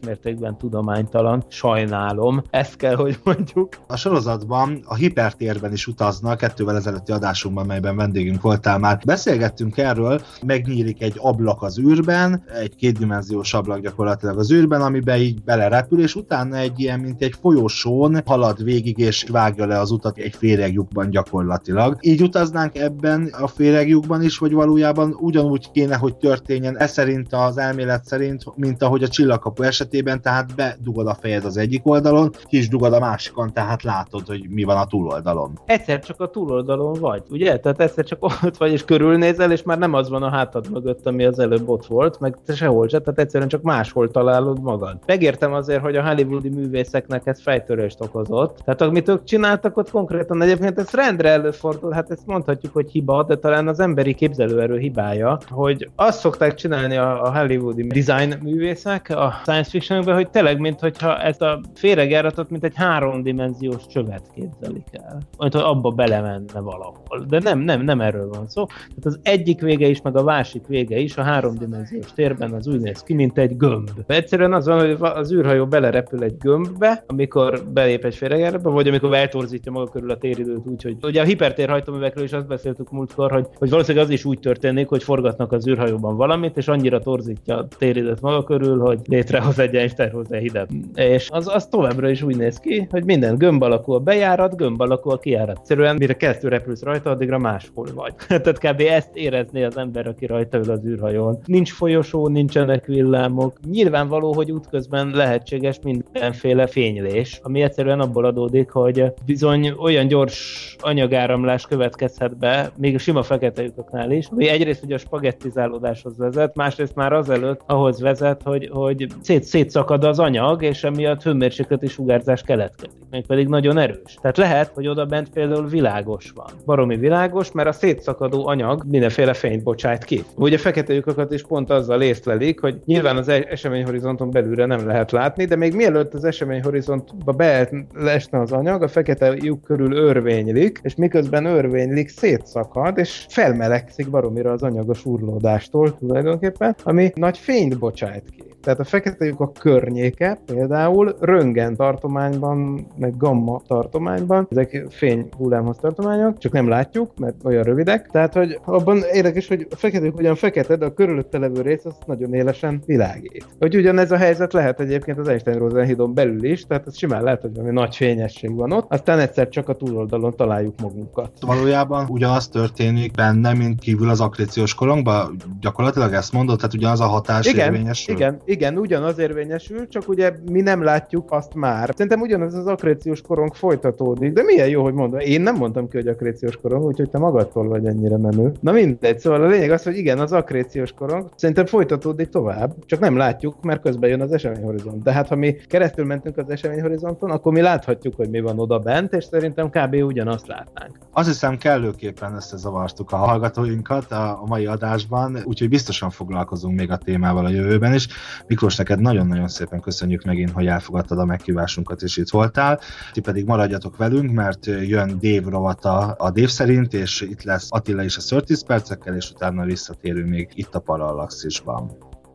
mértékben tudománytalan. Sajnálom, ezt kell, hogy mondjuk. A sorozatban a hipertérben is utaznak, kettővel ezelőtti adásunkban, melyben vendégünk voltál már. Beszélgettünk erről, megnyílik egy ablak az űrben, egy kétdimenziós ablak gyakorlatilag az űrben, amiben így belerepül, és utána egy ilyen, mint egy folyosón halad végig, és vágja le az utat egy féregjukban gyakorlatilag. Így utaznánk ebben a féregjukban is, vagy valójában ugyanúgy kéne, hogy történjen ez szerint az elmélet szerint, mint ahogy a Csillagkapu esetében, tehát bedugod a fejed az egyik oldalon, ki is dugod a másikon, tehát látod, hogy mi van a túloldalon. Egyszer csak a túloldalon vagy, ugye? Tehát egyszer csak ott vagy, és körülnézel, és már nem az van a hátad mögött, ami az előbb ott volt, meg te sehol se, tehát egyszerűen csak máshol találod magad. Megértem azért, hogy a hollywoodi művészeknek ez fejtörést okozott. Tehát amit ők csináltak, ott konkrétan egyébként ez rendre előfordul, hát ezt mondhatjuk, hogy hiba, de talán az emberi képzelőerő hibája, hogy azt szokták csinálni a, a hollywoodi design művészek a science fictionben, hogy tényleg, mintha ezt a féregjáratot, mint egy háromdimenziós csövet képzelik el. Mint hogy abba belemenne valahol. De nem, nem, nem erről van szó. Tehát az egyik vége is, meg a másik vége is a háromdimenziós térben az úgy néz ki, mint egy gömb. Egyszerűen az van, hogy az űrhajó belerepül egy gömbbe, amikor belép egy féregjáratba, vagy amikor eltorzítja maga körül a téridőt úgy, hogy ugye a hipertérhajtóművekről is azt beszéltük múltkor, hogy, hogy valószínűleg az is úgy történik, hogy forgatnak az űrhajóban valamit, és annyira torzítja a téridőt maga körül, hogy létrehoz egy Einstein-hozzá hidat. És az, az továbbra is úgy néz ki, hogy minden gömb alakú a bejárat, gömb alakú a kijárat. Egyszerűen mire keresztül repülsz rajta, addigra máshol vagy. Tehát kb. Ezt érezné az ember, aki rajta ül az űrhajón. Nincs folyosó, nincsenek villámok. Nyilvánvaló, hogy útközben lehetséges mindenféle fénylés, ami egyszerűen abból adódik, hogy bizony olyan gyors anyagáramlás következhet be, még a sima fekete lyukaknál is, ami egyrészt ugye a spagettizálódáshoz vezet, másrészt már azelőtt ahhoz vezet, hogy, hogy szét, szétszakad az anyag, és emiatt hőmérsékleti sugárzás keletkezik, még pedig nagyon erős. Tehát lehet, hogy oda bent például világos van. Baromi világos, mert a szétszakadó anyag mindenféle fényt bocsájt ki. Ugye a fekete lyukakat is pont azzal észlelik, hogy nyilván az eseményhorizonton belülre nem lehet látni, de még mielőtt az eseményhorizontba beesne az anyag, a fekete lyuk körül örvénylik, és miközben örvénylik, szétszakad, és felmelegszik baromira az anyag a surlódástól tulajdonképpen, ami nagy fényt bocsájt ki. Tehát a fekete lyuk a környéke például röntgen tartományban, meg gamma tartományban, ezek fényhullámhoz tartományok, csak nem látjuk, mert olyan rövidek. Tehát, hogy abban érdekes, hogy a fekete lyuk ugyan fekete, de a körülötte levő rész az nagyon élesen világít. Hogy ugyanez a helyzet lehet egyébként az Einstein-Rosen-hídon belül is, tehát ez simán lehet, hogy valami nagy fényesség van ott, aztán egyszer csak a túloldalon találjuk magunkat. Valójában ugyanaz történik benne, mint kívül az akréciós korongban, gyakorlatilag ezt mondod, tehát ugyanaz a hatás igen, érvényesül? Igen, igen, ugyanaz érvényesül, csak ugye mi nem látjuk azt már. Szerintem ugyanaz az akréciós korong folytatódik, de milyen jó, hogy mondom. Én nem mondtam ki, hogy akréciós korong, úgyhogy te magadtól vagy ennyire menő. Na mindegy, szóval a lényeg az, hogy igen, az akréciós korong szerintem folytatódik tovább, csak nem látjuk, mert közben jön az eseményhorizont. De hát ha mi keresztül mentünk az eseményhorizonton, akkor mi láthatjuk, hogy mi van oda bent, és szerintem kb. Ugyanazt látnánk. Azt hiszem kellőképpen összezavartuk a hallgatóinkat a mai adásban, úgyhogy biztosan foglalkozunk még a témával a jövőben is. Miklós, neked nagyon-nagyon szépen köszönjük megint, hogy elfogadtad a meghívásunkat és itt voltál. Ti pedig maradjatok velünk, mert jön Dave rovata a Dave szerint, és itt lesz Attila is a szörtíz percekkel, és utána visszatérünk még itt a Parallaxisban.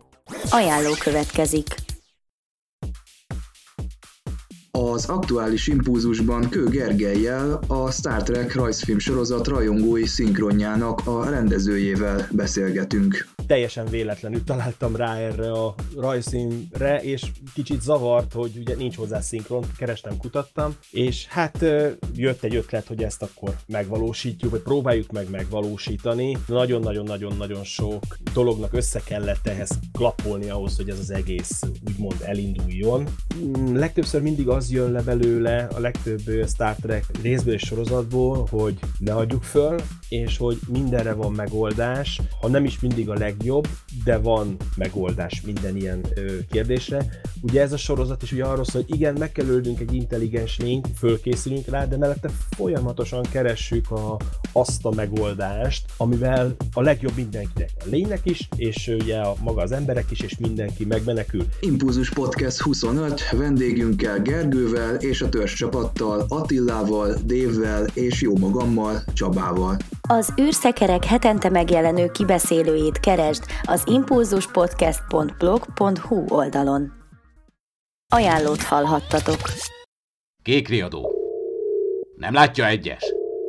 Ajánló következik. Az aktuális impulzusban Kő Gergellyel, a Star Trek rajzfilm sorozat rajongói szinkronjának a rendezőjével beszélgetünk. Teljesen véletlenül találtam rá erre a rajzfilmre, és kicsit zavart, hogy ugye nincs hozzá szinkron, kerestem, kutattam, és hát jött egy ötlet, hogy ezt akkor megvalósítjuk, vagy próbáljuk meg megvalósítani. Nagyon-nagyon-nagyon-nagyon sok dolognak össze kellett ehhez klappolni ahhoz, hogy ez az egész úgymond elinduljon. Legtöbbször mindig az jön le belőle a legtöbb Star Trek részből és sorozatból, hogy ne adjuk föl, és hogy mindenre van megoldás, ha nem is mindig a legjobb, de van megoldás minden ilyen ö, kérdésre. Ugye ez a sorozat is ugye arról szól, hogy igen, meg kell ölnünk egy intelligens lényt, fölkészülünk rá, de mellette folyamatosan keressük a, azt a megoldást, amivel a legjobb mindenkinek, a lénynek is, és ugye a, maga az emberek is, és mindenki megmenekül. Impulzus Podcast huszonöt, vendégünkkel Gergővel és a törzs csapattal, Attilával, Dévvel és jó magammal, Csabával. Az űrszekerek hetente megjelenő kibeszélőjét keresd az impulzuspodcast pont blog pont hu oldalon. Ajánlót hallhattatok. Kék riadó. Nem látja egyes.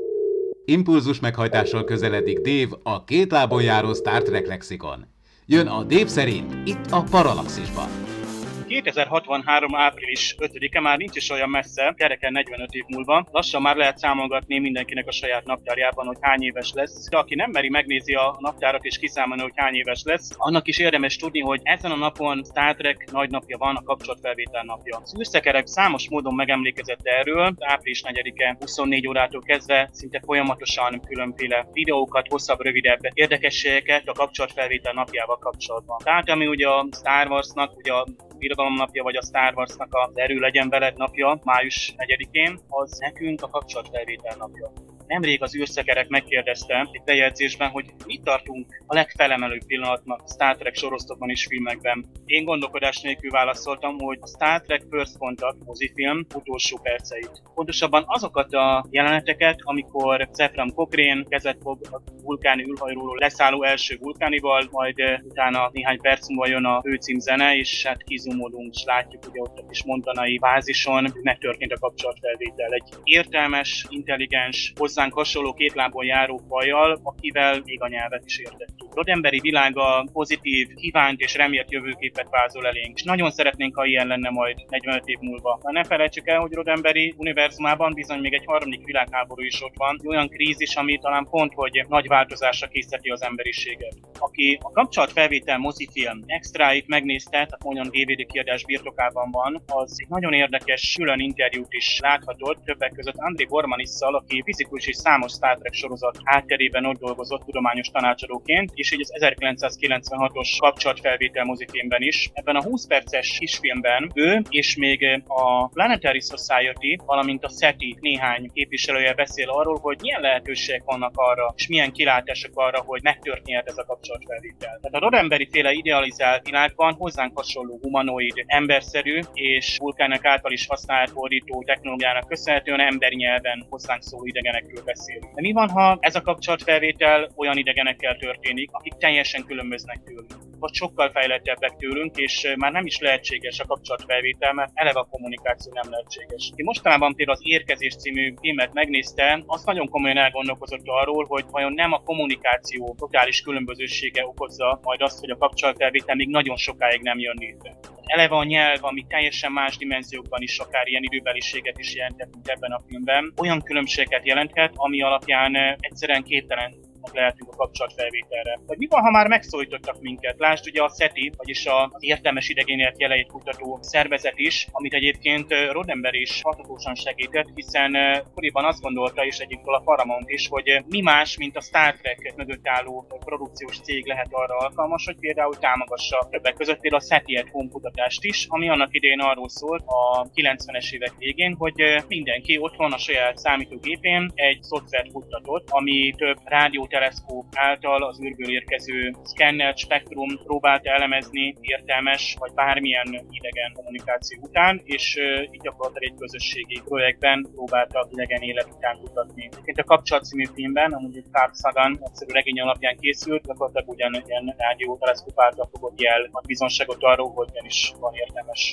Impulzus meghajtással közeledik Dave a két lábon járó Star Trek lexikon. Jön a Dave szerint itt a Paralaxisban. kétezer-hatvanhárom. április ötödike már nincs is olyan messze, kereken negyvenöt év múlva. Lassan már lehet számolgatni mindenkinek a saját naptárjában, hogy hány éves lesz. De aki nem meri, megnézi a naptárat és kiszámolni, hogy hány éves lesz, annak is érdemes tudni, hogy ezen a napon Star Trek nagy napja van, a kapcsolatfelvétel napja. Az űrszekerek számos módon megemlékezett erről, április negyedike huszonnégy órától kezdve szinte folyamatosan különféle videókat, hosszabb, rövidebb érdekességeket a kapcsolatfelvétel napjával kapcsolatban. Tehát ami ugye a Star Warsnak, ugye a Birodalom napja, vagy a Star Warsnak az Erő legyen veled napja, május negyedikén, az nekünk a kapcsolatfelvétel napja. Nemrég az űrszekerek megkérdezte egy bejegyzésben, hogy mit tartunk a legfelemelőbb pillanatnak Star Trek sorozatokban és filmekben. Én gondolkodás nélkül válaszoltam, hogy a Star Trek First Contact mozifilm utolsó perceit. Pontosabban azokat a jeleneteket, amikor Zefram Cochrane kezet fog a vulkáni űrhajóról leszálló első vulkánival, majd utána néhány perc múlva jön a főcímzene, és hát kizumolunk, és látjuk ugye ott a kis montanai bázison, megtörtént a kapcsolatfelvétel. Egy értelmes, intelligens, hozzánk hasonló két lábon járó fajjal, akivel még a nyelvet is értettük. Rodemberi világa pozitív, kívánt és remélt jövőképet vázol elénk, és nagyon szeretnénk, ha ilyen lenne majd negyvenöt év múlva. De ne felejtsük el, hogy Rodemberi univerzumában bizony még egy harmadik világháború is ott van, egy olyan krízis, ami talán pont, hogy nagy változásra készíti az emberiséget. Aki a kapcsolatfelvétel mozifilm extráit megnézte, tehát mondjon dé vé dé kiadás birtokában van, az egy nagyon érdekes külön interjút is láthatott, többek között André Bormanisszal, aki fizikus és számos Star Trek sorozat hátterében ott dolgozott tudományos tanácsadóként, és így az ezerkilencszázkilencvenhatos kapcsolatfelvétel mozifilmben is. Ebben a húsz perces kisfilmben ő és még a Planetary Society, valamint a SETI néhány képviselője beszél arról, hogy milyen lehetőségek vannak arra, és milyen kilátások arra, hogy megtörténhet ez a kapcsolatfelvétel. Tehát a Rodemberi féle idealizált világban hozzánk hasonló humanoid, emberszerű és vulkánok által is használt fordító technológiának köszönhetően emberi nyelven hozzánk szóló idegenekről beszélünk. De mi van, ha ez a kapcsolatfelvétel olyan idegenekkel történik, akik teljesen különböznek tőlünk, vagy sokkal fejlettebbek tőlünk, és már nem is lehetséges a kapcsolatfelvétel, mert eleve a kommunikáció nem lehetséges. Ki mostanában például az Érkezés című filmet megnézte, azt nagyon komolyan elgondolkozott arról, hogy vajon nem a kommunikáció totális különbözősége okozza majd azt, hogy a kapcsolatfelvétel még nagyon sokáig nem jön létre. Eleve a nyelv, ami teljesen más dimenziókban is akár ilyen időbeliséget is jelentett, mint ebben a filmben, olyan különbségeket jelenthet, ami alapján egyszerűen képtelen lehetünk a kapcsolatfelvételre. Vagy mi van, ha már megszólítottak minket? Lásd ugye a SETI, vagyis az értelmes idegénélet jeleit kutató szervezet is, amit egyébként Rodemberi is hathatósan segített, hiszen korábban azt gondolta, és egyébként a Paramount is, hogy mi más, mint a Star Trek mögött álló produkciós cég lehet arra alkalmas, hogy például támogassa többek között például a SETI at Home kutatást is, ami annak idején arról szólt a kilencvenes évek végén, hogy mindenki otthon a saját számítógépén egy szoftvert futtatott, ami több rádió teleszkóp által az űrből érkező szkennelt spektrum próbálta elemezni értelmes vagy bármilyen idegen kommunikáció után, és uh, így gyakorlatilag egy közösségi projektben próbálta idegen élet után kutatni. Egyébként a Kapcsolat című filmben, amúgy egy Carl Sagan egyszerű regény alapján készült, gyakorlatilag ugyan ilyen rádió teleszkóp által fogott jel a bizonságot arról, hogy is van értelmes.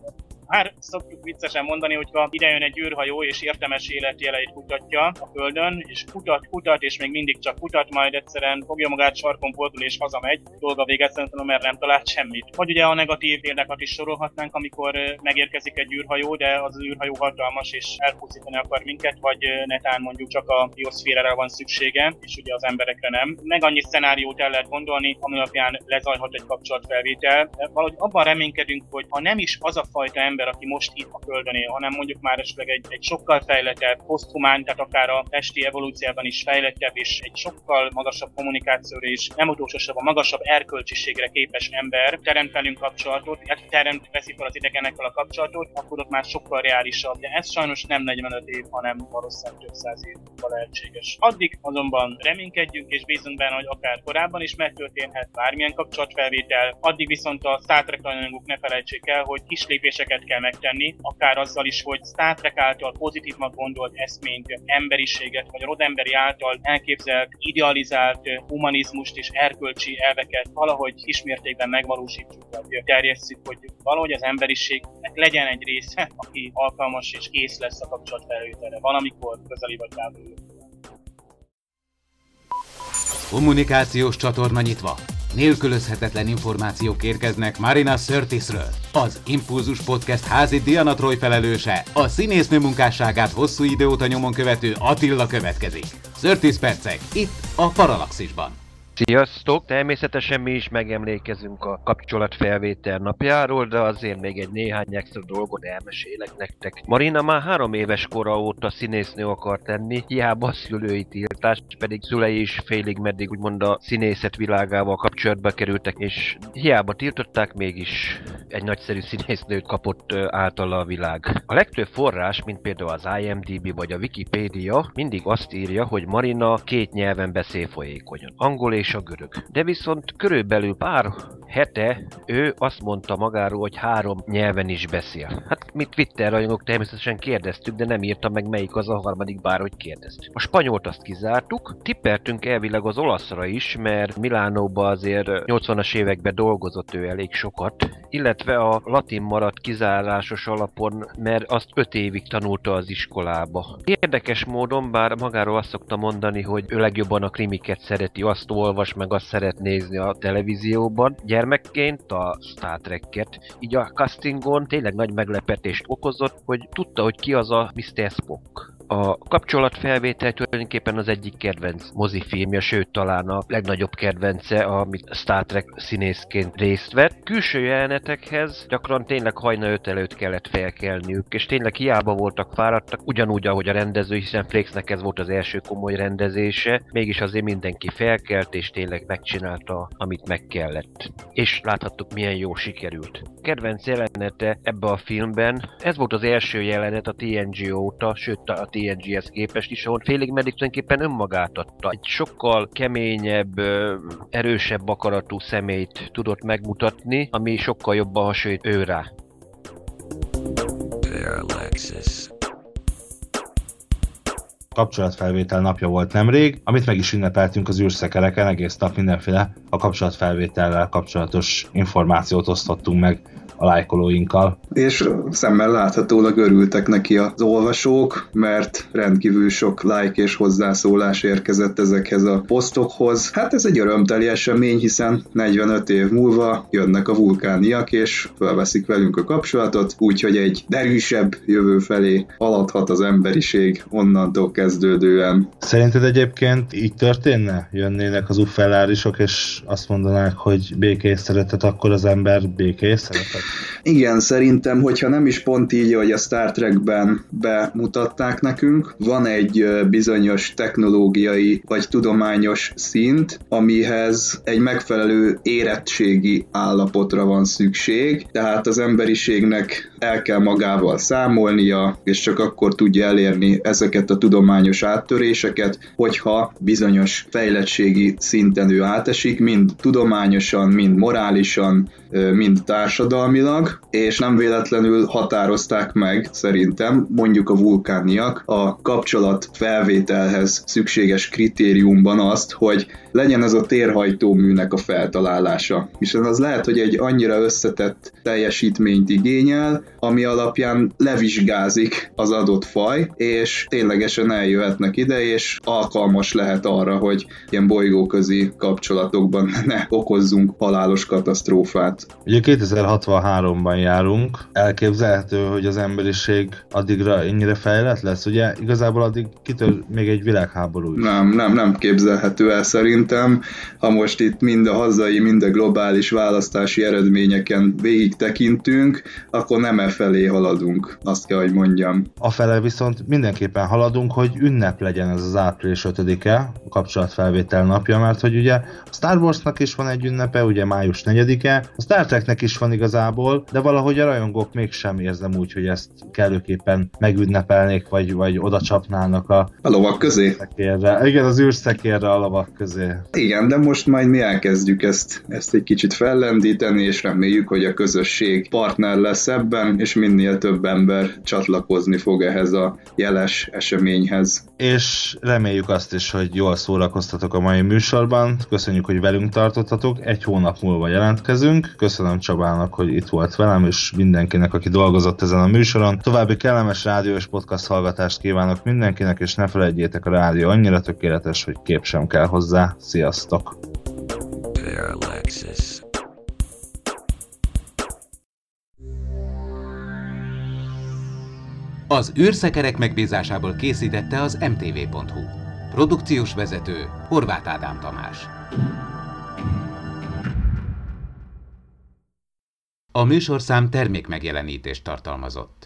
Már szoktuk viccesen mondani, hogy ha idejön egy űrhajó és értelmes életjeleit kutatja a Földön, és kutat, kutat, és még mindig csak kutat, majd egyszerűen fogja magát, sarkon fordul és hazamegy, dolga véget szerintem, mert nem talált semmit. Vagy ugye a negatív példákat is sorolhatnánk, amikor megérkezik egy űrhajó, de az, az űrhajó hatalmas és elpusztítani akar minket, vagy netán mondjuk csak a bioszférára van szüksége, és ugye az emberekre nem. Meg annyi szenáriót el lehet gondolni, ami alapján lezajlhat egy kapcsolatfelvétel. De valahogy abban reménykedünk, hogy ha nem is az a fajta ember, aki most itt a Földön él, hanem mondjuk már esetleg egy, egy sokkal fejlettebb, poszthumán, tehát akár a testi evolúciában is fejlettebb, és egy sokkal magasabb kommunikációra is, nem utolsósorban magasabb erkölcsiségre képes ember teremt velünk kapcsolatot, illetve teremt veszi fel az idegenekkel a kapcsolatot, akkor ott már sokkal reálisabb. De ez sajnos nem negyvenöt év, hanem valószínűleg több száz év lehetséges. Addig azonban reménykedjünk és bízunk benne, hogy akár korábban is megtörténhet bármilyen kapcsolatfelvétel. Addig viszont a Star Trek rajongók ne felejtsék el, hogy kis lépéseket kell megtenni, akár azzal is, hogy Star Trek által pozitívnak gondolt eszményt, emberiséget, vagy a rodemberi által elképzelt, idealizált humanizmust és erkölcsi elveket valahogy kismértékben megvalósítsuk, vagy terjesszük, hogy valahogy az emberiségnek legyen egy része, aki alkalmas és kész lesz a kapcsolatfelvételre valamikor közeli vagy távoli. Kommunikációs csatorna nyitva. Nélkülözhetetlen információk érkeznek Marina Sirtisről. Az Impulzus Podcast házi Diana Troy felelőse, a színésznő munkásságát hosszú idő óta nyomon követő Attila következik. Sirtis percek, itt a Paralaxisban. Sziasztok! Természetesen mi is megemlékezünk a kapcsolatfelvétel napjáról, de azért még egy néhány extra dolgot elmesélek nektek. Marina már három éves kora óta színésznő akart lenni, hiába a szülői tiltás, pedig szülei is félig meddig úgymond a színészet világával kapcsolatba kerültek, és hiába tiltották, mégis egy nagyszerű színésznőt kapott általa a világ. A legtöbb forrás, mint például az I M D B vagy a Wikipédia, mindig azt írja, hogy Marina két nyelven beszél folyékonyan, angol és a görög. De viszont körülbelül pár hete ő azt mondta magáról, hogy három nyelven is beszél. Hát mi Twitter rajongók természetesen kérdeztük, de nem írta meg melyik az a harmadik, bárhogy kérdezt. A spanyolt azt kizártuk, tippeltünk elvileg az olaszra is, mert Milánóba azért nyolcvanas években dolgozott ő elég sokat, illetve a latin maradt kizárásos alapon, mert azt öt évig tanulta az iskolába. Érdekes módon, bár magáról azt szokta mondani, hogy ő legjobban a krimiket szereti, azt olvas, meg azt szeret nézni a televízióban. Gyermekként a Star Trek-et, így a castingon tényleg nagy meglepetést okozott, hogy tudta, hogy ki az a miszter Spock. A kapcsolatfelvétel tulajdonképpen az egyik kedvenc mozifilmje, sőt talán a legnagyobb kedvence, amit Star Trek színészként részt vett. Külső jelenetekhez gyakran tényleg hajna öt előtt kellett felkelniük, és tényleg hiába voltak fáradtak, ugyanúgy, ahogy a rendező, hiszen Frakesnek ez volt az első komoly rendezése, mégis azért mindenki felkelt, és tényleg megcsinálta, amit meg kellett. És láthattuk, milyen jó sikerült. Kedvenc jelenete ebbe a filmben, ez volt az első jelenet a T N G óta, sőt a T N G-hez képest is, ahol félig meddig tulajdonképpen önmagát adta. Egy sokkal keményebb, erősebb akaratú személyt tudott megmutatni, ami sokkal jobban hasonlít ő rá. Parallaxis. Kapcsolatfelvétel napja volt nemrég, amit meg is ünnepeltünk az űrszekereken, egész nap mindenféle a kapcsolatfelvétellel kapcsolatos információt osztottunk meg a lájkolóinkkal. És szemmel láthatólag örültek neki az olvasók, mert rendkívül sok like és hozzászólás érkezett ezekhez a posztokhoz. Hát ez egy örömteli esemény, hiszen negyvenöt év múlva jönnek a vulkániak, és felveszik velünk a kapcsolatot, úgyhogy egy derűsebb jövő felé haladhat az emberiség onnantól kezdődően. Szerinted egyébként így történne? Jönnének az uffellárisok, és azt mondanák, hogy békés szeretet, akkor az ember békés szeretet? Igen, szerintem, hogyha nem is pont így, hogy a Star Trekben bemutatták nekünk, van egy bizonyos technológiai vagy tudományos szint, amihez egy megfelelő érettségi állapotra van szükség, tehát az emberiségnek el kell magával számolnia, és csak akkor tudja elérni ezeket a tudományos áttöréseket, hogyha bizonyos fejlettségi szinten ő átesik, mind tudományosan, mind morálisan, mind társadalmilag, és nem véletlenül határozták meg szerintem mondjuk a vulkániak a kapcsolat felvételhez szükséges kritériumban azt, hogy legyen ez a térhajtóműnek a feltalálása. Hiszen az lehet, hogy egy annyira összetett teljesítményt igényel, ami alapján levizsgázik az adott faj, és ténylegesen eljöhetnek ide, és alkalmas lehet arra, hogy ilyen bolygóközi kapcsolatokban ne okozzunk halálos katasztrófát. Ugye kétezer-hatvanháromban járunk, elképzelhető, hogy az emberiség addigra ennyire fejlett lesz, ugye igazából addig kitör még egy világháború is. Nem, nem, nem képzelhető el szerintem. Ha most itt mind a hazai, mind a globális választási eredményeken végig tekintünk, akkor nem e felé haladunk, azt kell, hogy mondjam. Afele viszont mindenképpen haladunk, hogy ünnep legyen ez az április ötödike, a kapcsolatfelvétel napja, mert hogy ugye a Star Warsnak is van egy ünnepe, ugye május negyedike, a Star Treknek is van igazából, igazából, de valahogy a rajongók mégsem érzem úgy, hogy ezt kellőképpen megünnepelnék, vagy, vagy oda csapnának a... A lovak közé? Szekérre. Igen, az űrszekérre a lovak közé. Igen, de most majd mi elkezdjük ezt, ezt egy kicsit fellendíteni, és reméljük, hogy a közösség partner lesz ebben, és minél több ember csatlakozni fog ehhez a jeles eseményhez. És reméljük azt is, hogy jól szórakoztatok a mai műsorban. Köszönjük, hogy velünk tartottatok. Egy hónap múlva jelentkezünk. Köszönöm Csabának, hogy itt volt velem, és mindenkinek, aki dolgozott ezen a műsoron. További kellemes rádió és podcast hallgatást kívánok mindenkinek, és ne felejtjétek, a rádió annyira tökéletes, hogy kép sem kell hozzá. Sziasztok! Parallaxis. Az űrszekerek megbízásából készítette az em té vé pont hú. Produkciós vezető Horváth Ádám Tamás. A műsorszám termékmegjelenítést tartalmazott.